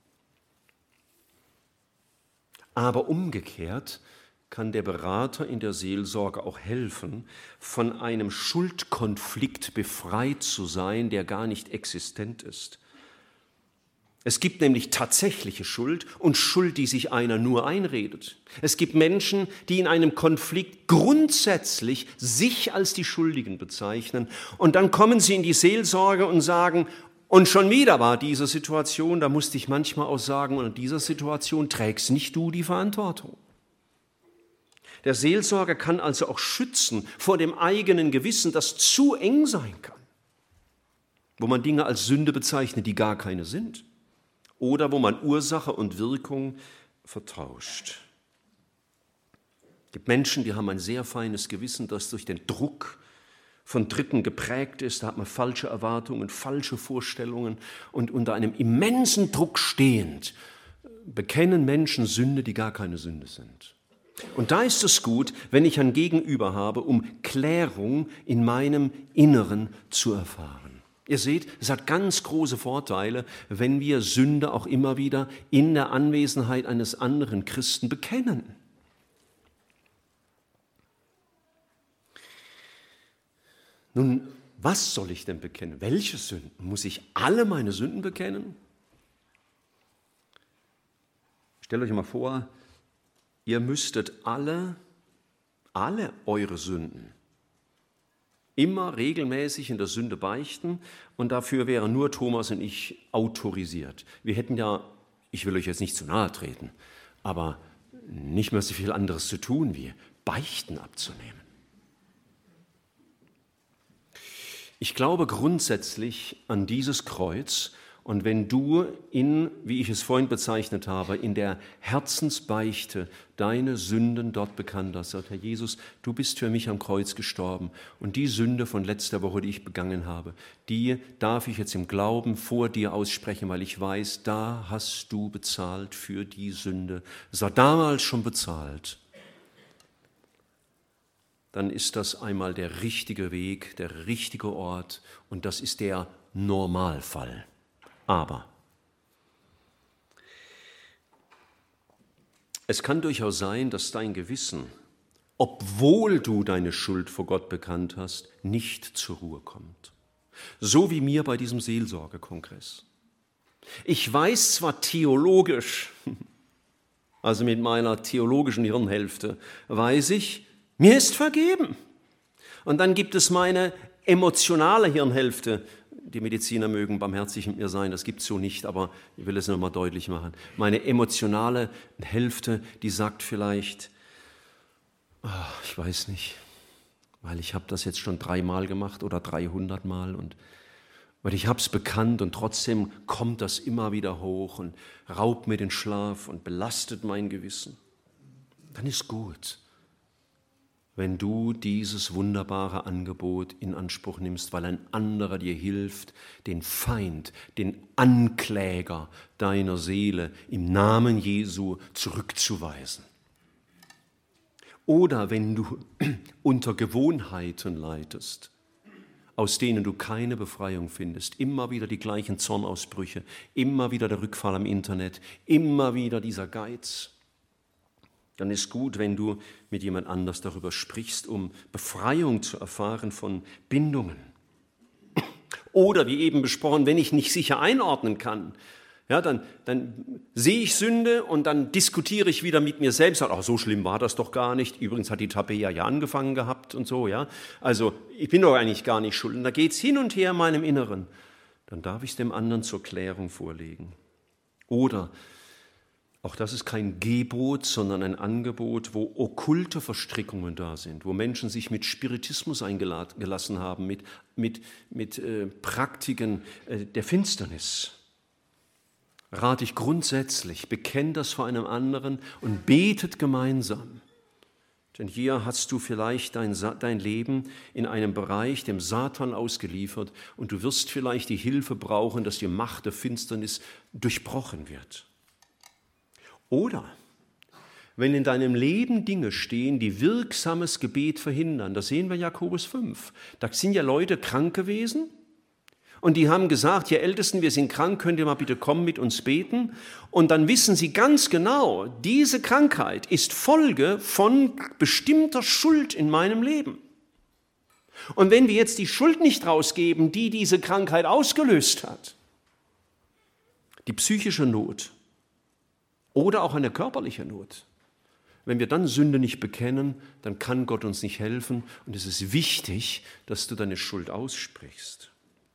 Aber umgekehrt kann der Berater in der Seelsorge auch helfen, von einem Schuldkonflikt befreit zu sein, der gar nicht existent ist. Es gibt nämlich tatsächliche Schuld und Schuld, die sich einer nur einredet. Es gibt Menschen, die in einem Konflikt grundsätzlich sich als die Schuldigen bezeichnen und dann kommen sie in die Seelsorge und sagen, und schon wieder war diese Situation, da musste ich manchmal auch sagen, und in dieser Situation trägst nicht du die Verantwortung. Der Seelsorger kann also auch schützen vor dem eigenen Gewissen, das zu eng sein kann, wo man Dinge als Sünde bezeichnet, die gar keine sind, oder wo man Ursache und Wirkung vertauscht. Es gibt Menschen, die haben ein sehr feines Gewissen, das durch den Druck von Dritten geprägt ist. Da hat man falsche Erwartungen, falsche Vorstellungen und unter einem immensen Druck stehend bekennen Menschen Sünde, die gar keine Sünde sind. Und da ist es gut, wenn ich ein Gegenüber habe, um Klärung in meinem Inneren zu erfahren. Ihr seht, es hat ganz große Vorteile, wenn wir Sünde auch immer wieder in der Anwesenheit eines anderen Christen bekennen. Nun, was soll ich denn bekennen? Welche Sünden? Muss ich alle meine Sünden bekennen? Stellt euch mal vor, ihr müsstet alle eure Sünden immer regelmäßig in der Sünde beichten und dafür wären nur Thomas und ich autorisiert. Wir hätten ja, ich will euch jetzt nicht zu nahe treten, aber nicht mehr so viel anderes zu tun, wie Beichten abzunehmen. Ich glaube grundsätzlich an dieses Kreuz und wenn du wie ich es vorhin bezeichnet habe, in der Herzensbeichte deine Sünden dort bekannt hast, sagt Herr Jesus, du bist für mich am Kreuz gestorben und die Sünde von letzter Woche, die ich begangen habe, die darf ich jetzt im Glauben vor dir aussprechen, weil ich weiß, da hast du bezahlt für die Sünde. Es war damals schon bezahlt. Dann ist das einmal der richtige Weg, der richtige Ort und das ist der Normalfall. Aber es kann durchaus sein, dass dein Gewissen, obwohl du deine Schuld vor Gott bekannt hast, nicht zur Ruhe kommt. So wie mir bei diesem Seelsorgekongress. Ich weiß zwar theologisch, also mit meiner theologischen Hirnhälfte, weiß ich, mir ist vergeben. Und dann gibt es meine emotionale Hirnhälfte. Die Mediziner mögen barmherzig mit mir sein, das gibt es so nicht, aber ich will es nochmal deutlich machen. Meine emotionale Hälfte, die sagt vielleicht, ich weiß nicht, weil ich habe das jetzt schon 3-mal gemacht oder 300 Mal und weil ich habe es bekannt und trotzdem kommt das immer wieder hoch und raubt mir den Schlaf und belastet mein Gewissen. Dann ist gut, wenn du dieses wunderbare Angebot in Anspruch nimmst, weil ein anderer dir hilft, den Feind, den Ankläger deiner Seele im Namen Jesu zurückzuweisen. Oder wenn du unter Gewohnheiten leidest, aus denen du keine Befreiung findest, immer wieder die gleichen Zornausbrüche, immer wieder der Rückfall am Internet, immer wieder dieser Geiz, dann ist gut, wenn du mit jemand anders darüber sprichst, um Befreiung zu erfahren von Bindungen. Oder wie eben besprochen, wenn ich nicht sicher einordnen kann, ja, dann sehe ich Sünde und dann diskutiere ich wieder mit mir selbst. So schlimm war das doch gar nicht. Übrigens hat die Tabea ja angefangen gehabt und so. Ja. Also ich bin doch eigentlich gar nicht schuld. Und da geht es hin und her in meinem Inneren. Dann darf ich es dem anderen zur Klärung vorlegen. Oder auch das ist kein Gebot, sondern ein Angebot, wo okkulte Verstrickungen da sind, wo Menschen sich mit Spiritismus eingelassen haben, mit Praktiken der Finsternis. Rate ich grundsätzlich, bekennt das vor einem anderen und betet gemeinsam. Denn hier hast du vielleicht dein Leben in einem Bereich dem Satan ausgeliefert und du wirst vielleicht die Hilfe brauchen, dass die Macht der Finsternis durchbrochen wird. Oder wenn in deinem Leben Dinge stehen, die wirksames Gebet verhindern, das sehen wir in Jakobus 5. Da sind ja Leute krank gewesen und die haben gesagt, ihr Ältesten, wir sind krank, könnt ihr mal bitte kommen mit uns beten? Und dann wissen sie ganz genau, diese Krankheit ist Folge von bestimmter Schuld in meinem Leben. Und wenn wir jetzt die Schuld nicht rausgeben, die diese Krankheit ausgelöst hat, die psychische Not, oder auch eine körperliche Not. Wenn wir dann Sünde nicht bekennen, dann kann Gott uns nicht helfen und es ist wichtig, dass du deine Schuld aussprichst.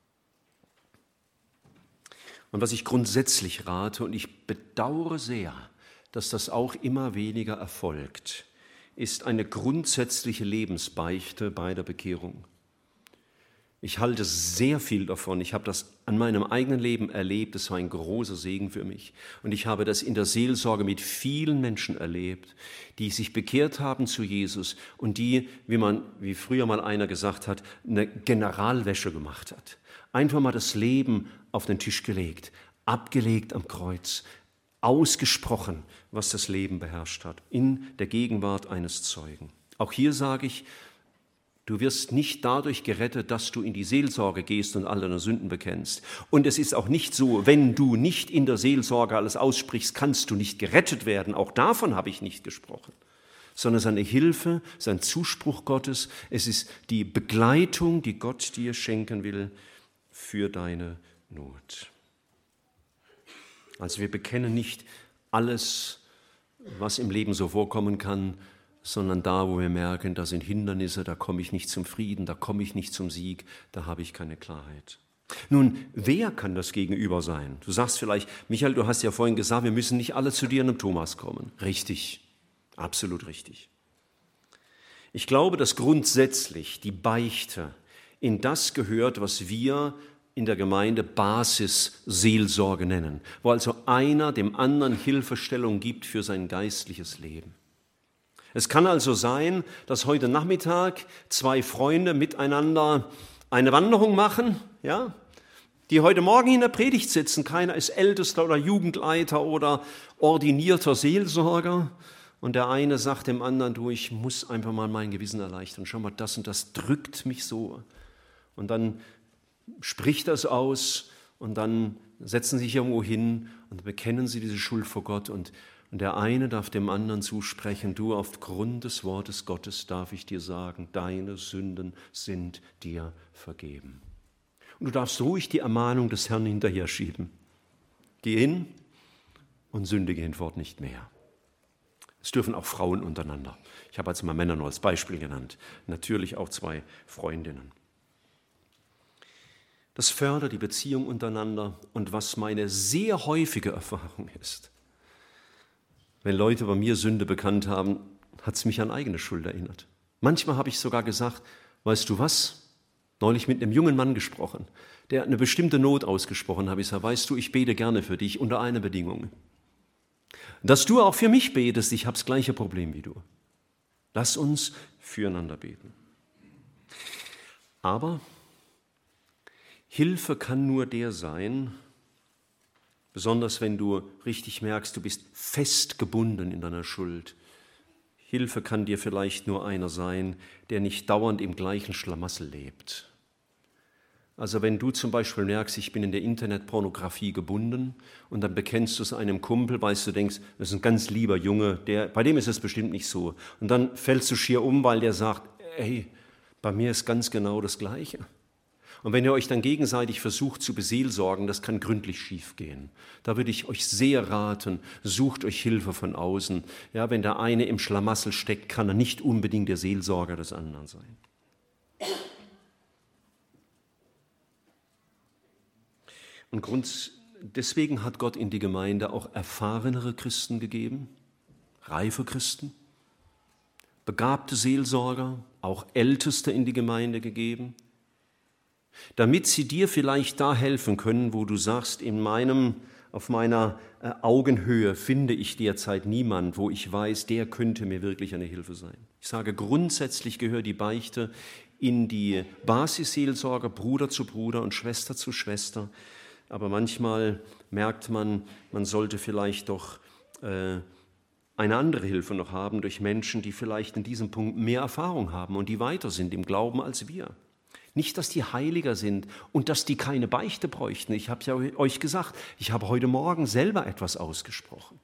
Und was ich grundsätzlich rate, und ich bedauere sehr, dass das auch immer weniger erfolgt, ist eine grundsätzliche Lebensbeichte bei der Bekehrung. Ich halte sehr viel davon. Ich habe das an meinem eigenen Leben erlebt. Es war ein großer Segen für mich. Und ich habe das in der Seelsorge mit vielen Menschen erlebt, die sich bekehrt haben zu Jesus und die, wie früher mal einer gesagt hat, eine Generalwäsche gemacht hat. Einfach mal das Leben auf den Tisch gelegt, abgelegt am Kreuz, ausgesprochen, was das Leben beherrscht hat, in der Gegenwart eines Zeugen. Auch hier sage ich, du wirst nicht dadurch gerettet, dass du in die Seelsorge gehst und all deine Sünden bekennst. Und es ist auch nicht so, wenn du nicht in der Seelsorge alles aussprichst, kannst du nicht gerettet werden. Auch davon habe ich nicht gesprochen. Sondern es ist eine Hilfe, es ist ein Zuspruch Gottes. Es ist die Begleitung, die Gott dir schenken will für deine Not. Also wir bekennen nicht alles, was im Leben so vorkommen kann, sondern da, wo wir merken, da sind Hindernisse, da komme ich nicht zum Frieden, da komme ich nicht zum Sieg, da habe ich keine Klarheit. Nun, wer kann das Gegenüber sein? Du sagst vielleicht, Michael, du hast ja vorhin gesagt, wir müssen nicht alle zu dir und dem Thomas kommen. Richtig, absolut richtig. Ich glaube, dass grundsätzlich die Beichte in das gehört, was wir in der Gemeinde Basisseelsorge nennen, wo also einer dem anderen Hilfestellung gibt für sein geistliches Leben. Es kann also sein, dass heute Nachmittag zwei Freunde miteinander eine Wanderung machen, ja, die heute Morgen in der Predigt sitzen. Keiner ist Ältester oder Jugendleiter oder ordinierter Seelsorger. Und der eine sagt dem anderen, du, ich muss einfach mal mein Gewissen erleichtern. Schau mal, das und das drückt mich so. Und dann spricht das aus und dann setzen sie sich irgendwo hin und bekennen sie diese Schuld vor Gott und der eine darf dem anderen zusprechen, du, aufgrund des Wortes Gottes darf ich dir sagen, deine Sünden sind dir vergeben. Und du darfst ruhig die Ermahnung des Herrn hinterher schieben. Geh hin und sündige hinfort nicht mehr. Es dürfen auch Frauen untereinander. Ich habe jetzt mal Männer nur als Beispiel genannt. Natürlich auch zwei Freundinnen. Das fördert die Beziehung untereinander und was meine sehr häufige Erfahrung ist, wenn Leute bei mir Sünde bekannt haben, hat es mich an eigene Schuld erinnert. Manchmal habe ich sogar gesagt, weißt du was? Neulich mit einem jungen Mann gesprochen, der eine bestimmte Not ausgesprochen hat. Ich sage, weißt du, ich bete gerne für dich unter einer Bedingung. Dass du auch für mich betest, ich habe das gleiche Problem wie du. Lass uns füreinander beten. Aber Hilfe kann nur der sein, besonders wenn du richtig merkst, du bist festgebunden in deiner Schuld. Hilfe kann dir vielleicht nur einer sein, der nicht dauernd im gleichen Schlamassel lebt. Also wenn du zum Beispiel merkst, ich bin in der Internetpornografie gebunden und dann bekennst du es einem Kumpel, weißt du, denkst, das ist ein ganz lieber Junge, bei dem ist es bestimmt nicht so. Und dann fällst du schier um, weil der sagt, ey, bei mir ist ganz genau das Gleiche. Und wenn ihr euch dann gegenseitig versucht zu beseelsorgen, das kann gründlich schiefgehen. Da würde ich euch sehr raten, sucht euch Hilfe von außen. Ja, wenn der eine im Schlamassel steckt, kann er nicht unbedingt der Seelsorger des anderen sein. Und deswegen hat Gott in die Gemeinde auch erfahrenere Christen gegeben, reife Christen, begabte Seelsorger, auch Älteste in die Gemeinde gegeben, damit sie dir vielleicht da helfen können, wo du sagst, auf meiner Augenhöhe finde ich derzeit niemand, wo ich weiß, der könnte mir wirklich eine Hilfe sein. Ich sage, grundsätzlich gehört die Beichte in die Basisseelsorge, Bruder zu Bruder und Schwester zu Schwester. Aber manchmal merkt man, man sollte vielleicht doch eine andere Hilfe noch haben durch Menschen, die vielleicht in diesem Punkt mehr Erfahrung haben und die weiter sind im Glauben als wir. Nicht, dass die heiliger sind und dass die keine Beichte bräuchten. Ich habe ja euch gesagt, ich habe heute Morgen selber etwas ausgesprochen.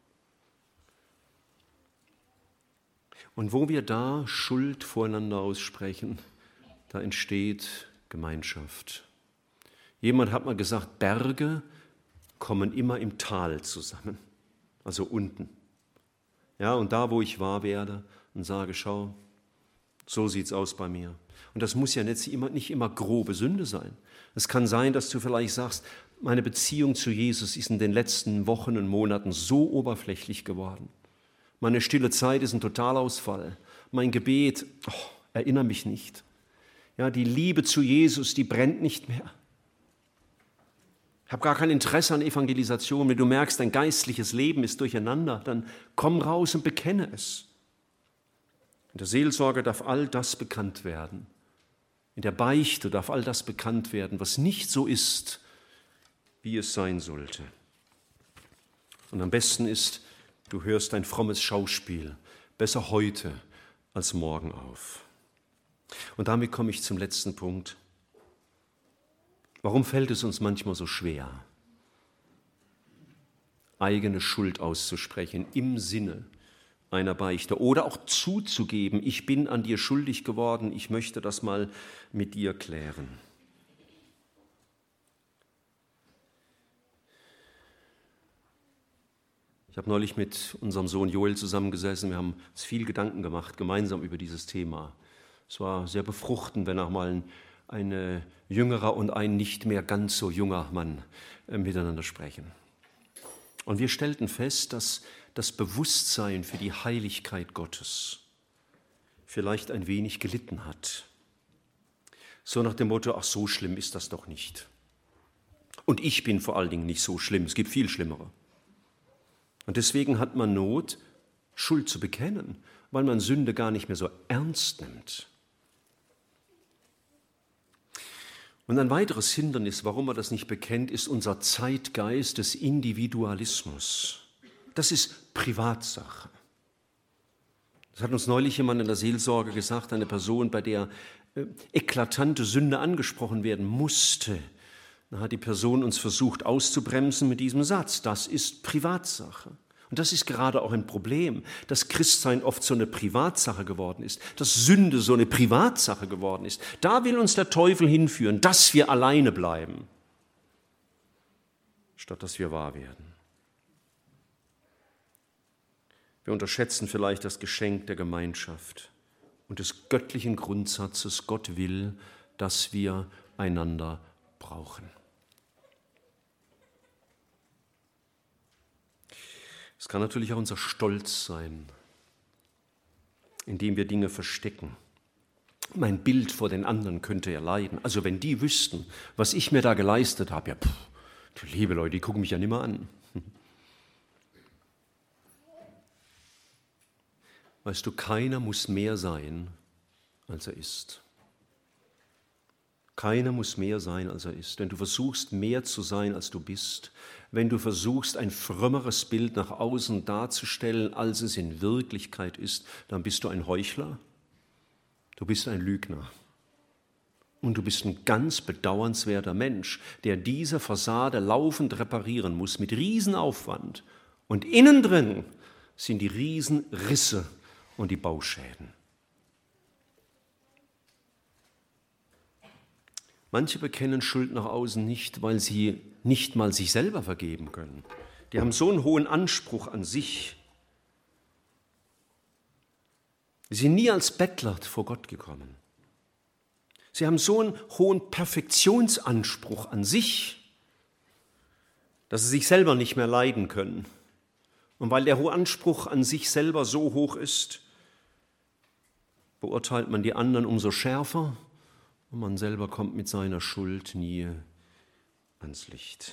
Und wo wir da Schuld voreinander aussprechen, da entsteht Gemeinschaft. Jemand hat mal gesagt, Berge kommen immer im Tal zusammen, also unten. Ja, und da, wo ich wahr werde und sage, schau, so sieht's aus bei mir. Und das muss ja nicht immer grobe Sünde sein. Es kann sein, dass du vielleicht sagst, meine Beziehung zu Jesus ist in den letzten Wochen und Monaten so oberflächlich geworden. Meine stille Zeit ist ein Totalausfall. Mein Gebet, erinnere mich nicht. Ja, die Liebe zu Jesus, die brennt nicht mehr. Ich habe gar kein Interesse an Evangelisation. Wenn du merkst, dein geistliches Leben ist durcheinander, dann komm raus und bekenne es. In der Seelsorge darf all das bekannt werden. In der Beichte darf all das bekannt werden, was nicht so ist, wie es sein sollte. Und am besten ist, du hörst ein frommes Schauspiel, besser heute als morgen auf. Und damit komme ich zum letzten Punkt. Warum fällt es uns manchmal so schwer, eigene Schuld auszusprechen im Sinne einer Beichte oder auch zuzugeben, ich bin an dir schuldig geworden, ich möchte das mal mit dir klären? Ich habe neulich mit unserem Sohn Joel zusammengesessen, wir haben uns viel Gedanken gemacht, gemeinsam über dieses Thema. Es war sehr befruchtend, wenn auch mal ein jüngerer und ein nicht mehr ganz so junger Mann miteinander sprechen. Und wir stellten fest, dass das Bewusstsein für die Heiligkeit Gottes vielleicht ein wenig gelitten hat. So nach dem Motto, ach, so schlimm ist das doch nicht. Und ich bin vor allen Dingen nicht so schlimm, es gibt viel Schlimmere. Und deswegen hat man Not, Schuld zu bekennen, weil man Sünde gar nicht mehr so ernst nimmt. Und ein weiteres Hindernis, warum man das nicht bekennt, ist unser Zeitgeist des Individualismus. Das ist Privatsache. Das hat uns neulich jemand in der Seelsorge gesagt, eine Person, bei der eklatante Sünde angesprochen werden musste. Da hat die Person uns versucht auszubremsen mit diesem Satz, das ist Privatsache. Und das ist gerade auch ein Problem, dass Christsein oft so eine Privatsache geworden ist, dass Sünde so eine Privatsache geworden ist. Da will uns der Teufel hinführen, dass wir alleine bleiben, statt dass wir wahr werden. Wir unterschätzen vielleicht das Geschenk der Gemeinschaft und des göttlichen Grundsatzes, Gott will, dass wir einander brauchen. Es kann natürlich auch unser Stolz sein, indem wir Dinge verstecken. Mein Bild vor den anderen könnte ja leiden. Also wenn die wüssten, was ich mir da geleistet habe, ja, die liebe Leute, die gucken mich ja nicht mehr an. Weißt du, keiner muss mehr sein, als er ist. Keiner muss mehr sein, als er ist. Wenn du versuchst, mehr zu sein, als du bist, wenn du versuchst, ein frömmeres Bild nach außen darzustellen, als es in Wirklichkeit ist, dann bist du ein Heuchler, du bist ein Lügner. Und du bist ein ganz bedauernswerter Mensch, der diese Fassade laufend reparieren muss, mit Riesenaufwand. Und innen drin sind die Riesenrisse und die Bauschäden. Manche bekennen Schuld nach außen nicht, weil sie nicht mal sich selber vergeben können. Die haben so einen hohen Anspruch an sich. Sie sind nie als Bettler vor Gott gekommen. Sie haben so einen hohen Perfektionsanspruch an sich, dass sie sich selber nicht mehr leiden können. Und weil der hohe Anspruch an sich selber so hoch ist, beurteilt man die anderen umso schärfer. Und man selber kommt mit seiner Schuld nie ans Licht.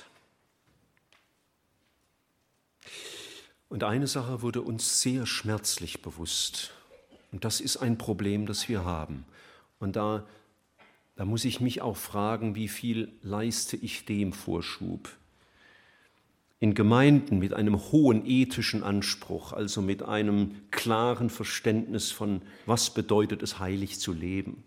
Und eine Sache wurde uns sehr schmerzlich bewusst. Und das ist ein Problem, das wir haben. Und da muss ich mich auch fragen, wie viel leiste ich dem Vorschub? In Gemeinden mit einem hohen ethischen Anspruch, also mit einem klaren Verständnis von, was bedeutet es, heilig zu leben,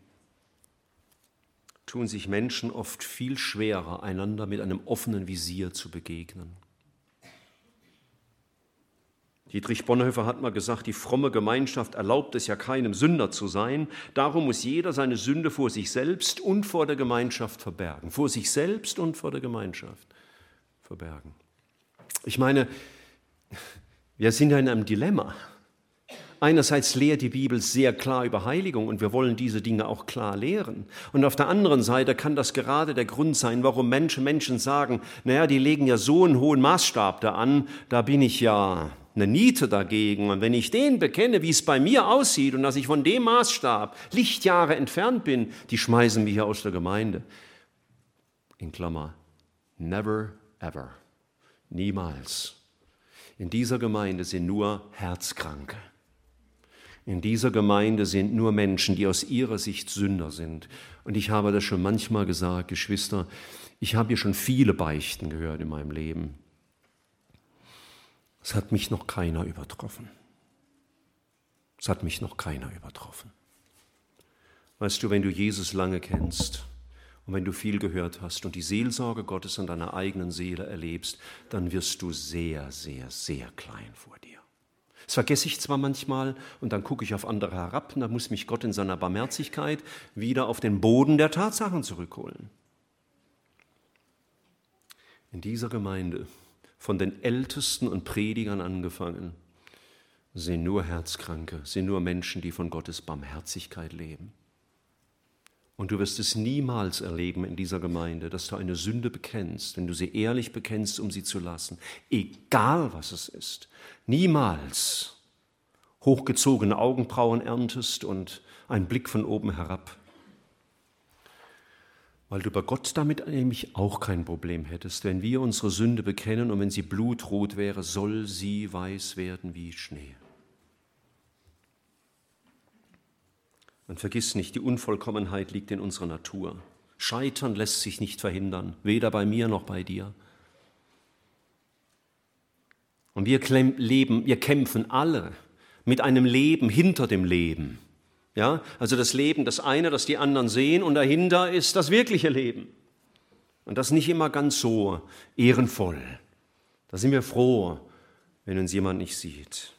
tun sich Menschen oft viel schwerer, einander mit einem offenen Visier zu begegnen. Dietrich Bonhoeffer hat mal gesagt, die fromme Gemeinschaft erlaubt es ja keinem Sünder zu sein, darum muss jeder seine Sünde vor sich selbst und vor der Gemeinschaft verbergen. Vor sich selbst und vor der Gemeinschaft verbergen. Ich meine, wir sind ja in einem Dilemma. Einerseits lehrt die Bibel sehr klar über Heiligung und wir wollen diese Dinge auch klar lehren. Und auf der anderen Seite kann das gerade der Grund sein, warum Menschen sagen, naja, die legen ja so einen hohen Maßstab da an, da bin ich ja eine Niete dagegen. Und wenn ich den bekenne, wie es bei mir aussieht und dass ich von dem Maßstab Lichtjahre entfernt bin, die schmeißen mich hier aus der Gemeinde. In Klammer, never ever, niemals. In dieser Gemeinde sind nur Herzkranke. In dieser Gemeinde sind nur Menschen, die aus ihrer Sicht Sünder sind. Und ich habe das schon manchmal gesagt, Geschwister, ich habe hier schon viele Beichten gehört in meinem Leben. Es hat mich noch keiner übertroffen. Es hat mich noch keiner übertroffen. Weißt du, wenn du Jesus lange kennst und wenn du viel gehört hast und die Seelsorge Gottes an deiner eigenen Seele erlebst, dann wirst du sehr, sehr, sehr klein vor dir. Das vergesse ich zwar manchmal und dann gucke ich auf andere herab und dann muss mich Gott in seiner Barmherzigkeit wieder auf den Boden der Tatsachen zurückholen. In dieser Gemeinde, von den Ältesten und Predigern angefangen, sind nur Herzkranke, sind nur Menschen, die von Gottes Barmherzigkeit leben. Und du wirst es niemals erleben in dieser Gemeinde, dass du eine Sünde bekennst, wenn du sie ehrlich bekennst, um sie zu lassen, egal was es ist. Niemals hochgezogene Augenbrauen erntest und einen Blick von oben herab. Weil du bei Gott damit nämlich auch kein Problem hättest. Wenn wir unsere Sünde bekennen und wenn sie blutrot wäre, soll sie weiß werden wie Schnee. Und vergiss nicht, die Unvollkommenheit liegt in unserer Natur. Scheitern lässt sich nicht verhindern, weder bei mir noch bei dir. Und wir kämpfen alle mit einem Leben hinter dem Leben. Ja, also das Leben, das eine, das die anderen sehen, und dahinter ist das wirkliche Leben. Und das nicht immer ganz so ehrenvoll. Da sind wir froh, wenn uns jemand nicht sieht.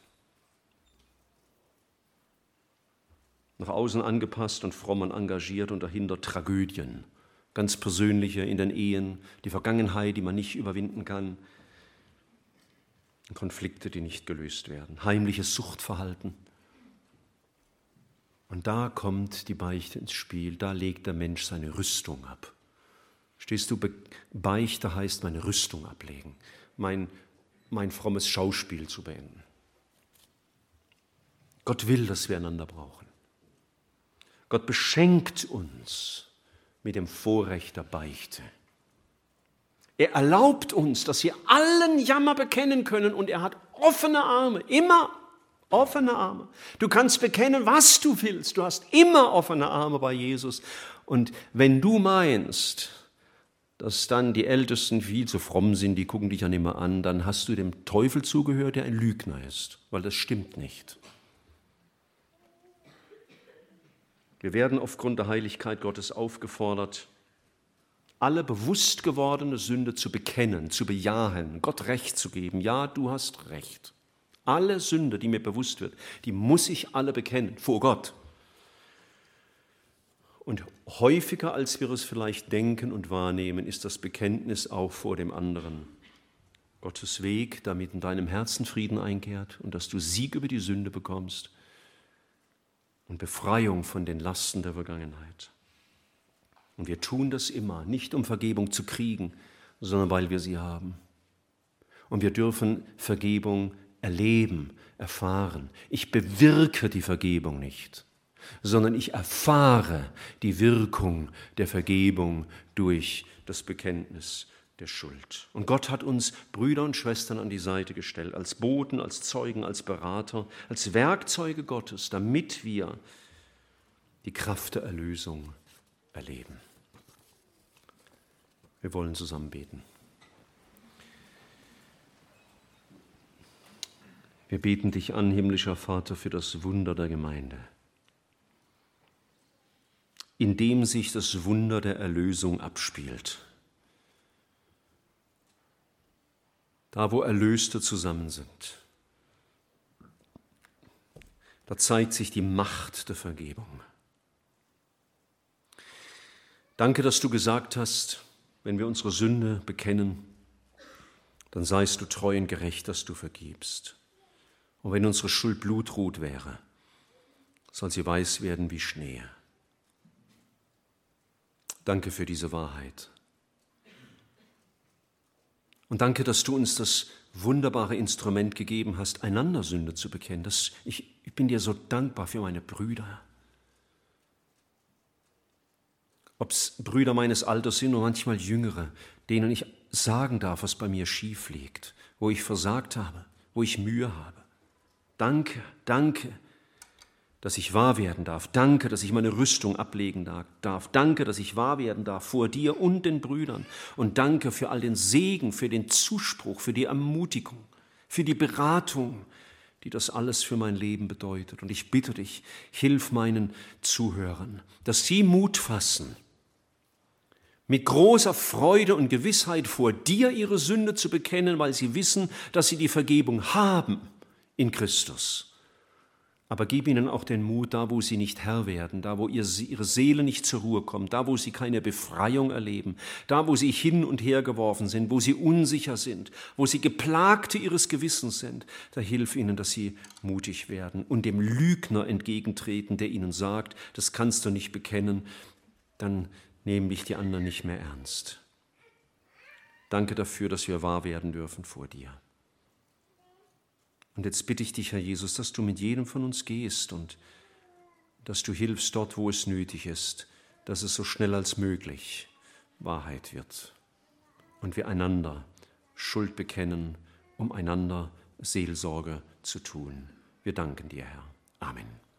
Nach außen angepasst und fromm und engagiert und dahinter Tragödien, ganz persönliche in den Ehen, die Vergangenheit, die man nicht überwinden kann, Konflikte, die nicht gelöst werden, heimliches Suchtverhalten. Und da kommt die Beichte ins Spiel, da legt der Mensch seine Rüstung ab. Stehst du, Beichte heißt meine Rüstung ablegen, mein frommes Schauspiel zu beenden. Gott will, dass wir einander brauchen. Gott beschenkt uns mit dem Vorrecht der Beichte. Er erlaubt uns, dass wir allen Jammer bekennen können und er hat offene Arme, immer offene Arme. Du kannst bekennen, was du willst. Du hast immer offene Arme bei Jesus. Und wenn du meinst, dass dann die Ältesten viel zu fromm sind, die gucken dich ja nicht mehr an, dann hast du dem Teufel zugehört, der ein Lügner ist, weil das stimmt nicht. Wir werden aufgrund der Heiligkeit Gottes aufgefordert, alle bewusst gewordene Sünde zu bekennen, zu bejahen, Gott Recht zu geben. Ja, du hast Recht. Alle Sünde, die mir bewusst wird, die muss ich alle bekennen, vor Gott. Und häufiger, als wir es vielleicht denken und wahrnehmen, ist das Bekenntnis auch vor dem anderen. Gottes Weg, damit in deinem Herzen Frieden einkehrt und dass du Sieg über die Sünde bekommst und Befreiung von den Lasten der Vergangenheit. Und wir tun das immer, nicht um Vergebung zu kriegen, sondern weil wir sie haben. Und wir dürfen Vergebung erleben, erfahren. Ich bewirke die Vergebung nicht, sondern ich erfahre die Wirkung der Vergebung durch das Bekenntnis der Schuld. Und Gott hat uns Brüder und Schwestern an die Seite gestellt, als Boten, als Zeugen, als Berater, als Werkzeuge Gottes, damit wir die Kraft der Erlösung erleben. Wir wollen zusammen beten. Wir beten dich an, himmlischer Vater, für das Wunder der Gemeinde, in dem sich das Wunder der Erlösung abspielt. Da, wo Erlöste zusammen sind, da zeigt sich die Macht der Vergebung. Danke, dass du gesagt hast, wenn wir unsere Sünde bekennen, dann seist du treu und gerecht, dass du vergibst. Und wenn unsere Schuld blutrot wäre, soll sie weiß werden wie Schnee. Danke für diese Wahrheit. Und danke, dass du uns das wunderbare Instrument gegeben hast, einander Sünde zu bekennen. Ich bin dir so dankbar für meine Brüder. Ob es Brüder meines Alters sind oder manchmal Jüngere, denen ich sagen darf, was bei mir schief liegt, wo ich versagt habe, wo ich Mühe habe. Danke, danke, dass ich wahr werden darf. Danke, dass ich meine Rüstung ablegen darf. Danke, dass ich wahr werden darf vor dir und den Brüdern. Und danke für all den Segen, für den Zuspruch, für die Ermutigung, für die Beratung, die das alles für mein Leben bedeutet. Und ich bitte dich, hilf meinen Zuhörern, dass sie Mut fassen, mit großer Freude und Gewissheit vor dir ihre Sünde zu bekennen, weil sie wissen, dass sie die Vergebung haben in Christus. Aber gib ihnen auch den Mut, da wo sie nicht Herr werden, da wo ihre Seele nicht zur Ruhe kommt, da wo sie keine Befreiung erleben, da wo sie hin und her geworfen sind, wo sie unsicher sind, wo sie Geplagte ihres Gewissens sind, da hilf ihnen, dass sie mutig werden und dem Lügner entgegentreten, der ihnen sagt, das kannst du nicht bekennen, dann nehmen dich die anderen nicht mehr ernst. Danke dafür, dass wir wahr werden dürfen vor dir. Und jetzt bitte ich dich, Herr Jesus, dass du mit jedem von uns gehst und dass du hilfst dort, wo es nötig ist, dass es so schnell als möglich Wahrheit wird und wir einander Schuld bekennen, um einander Seelsorge zu tun. Wir danken dir, Herr. Amen.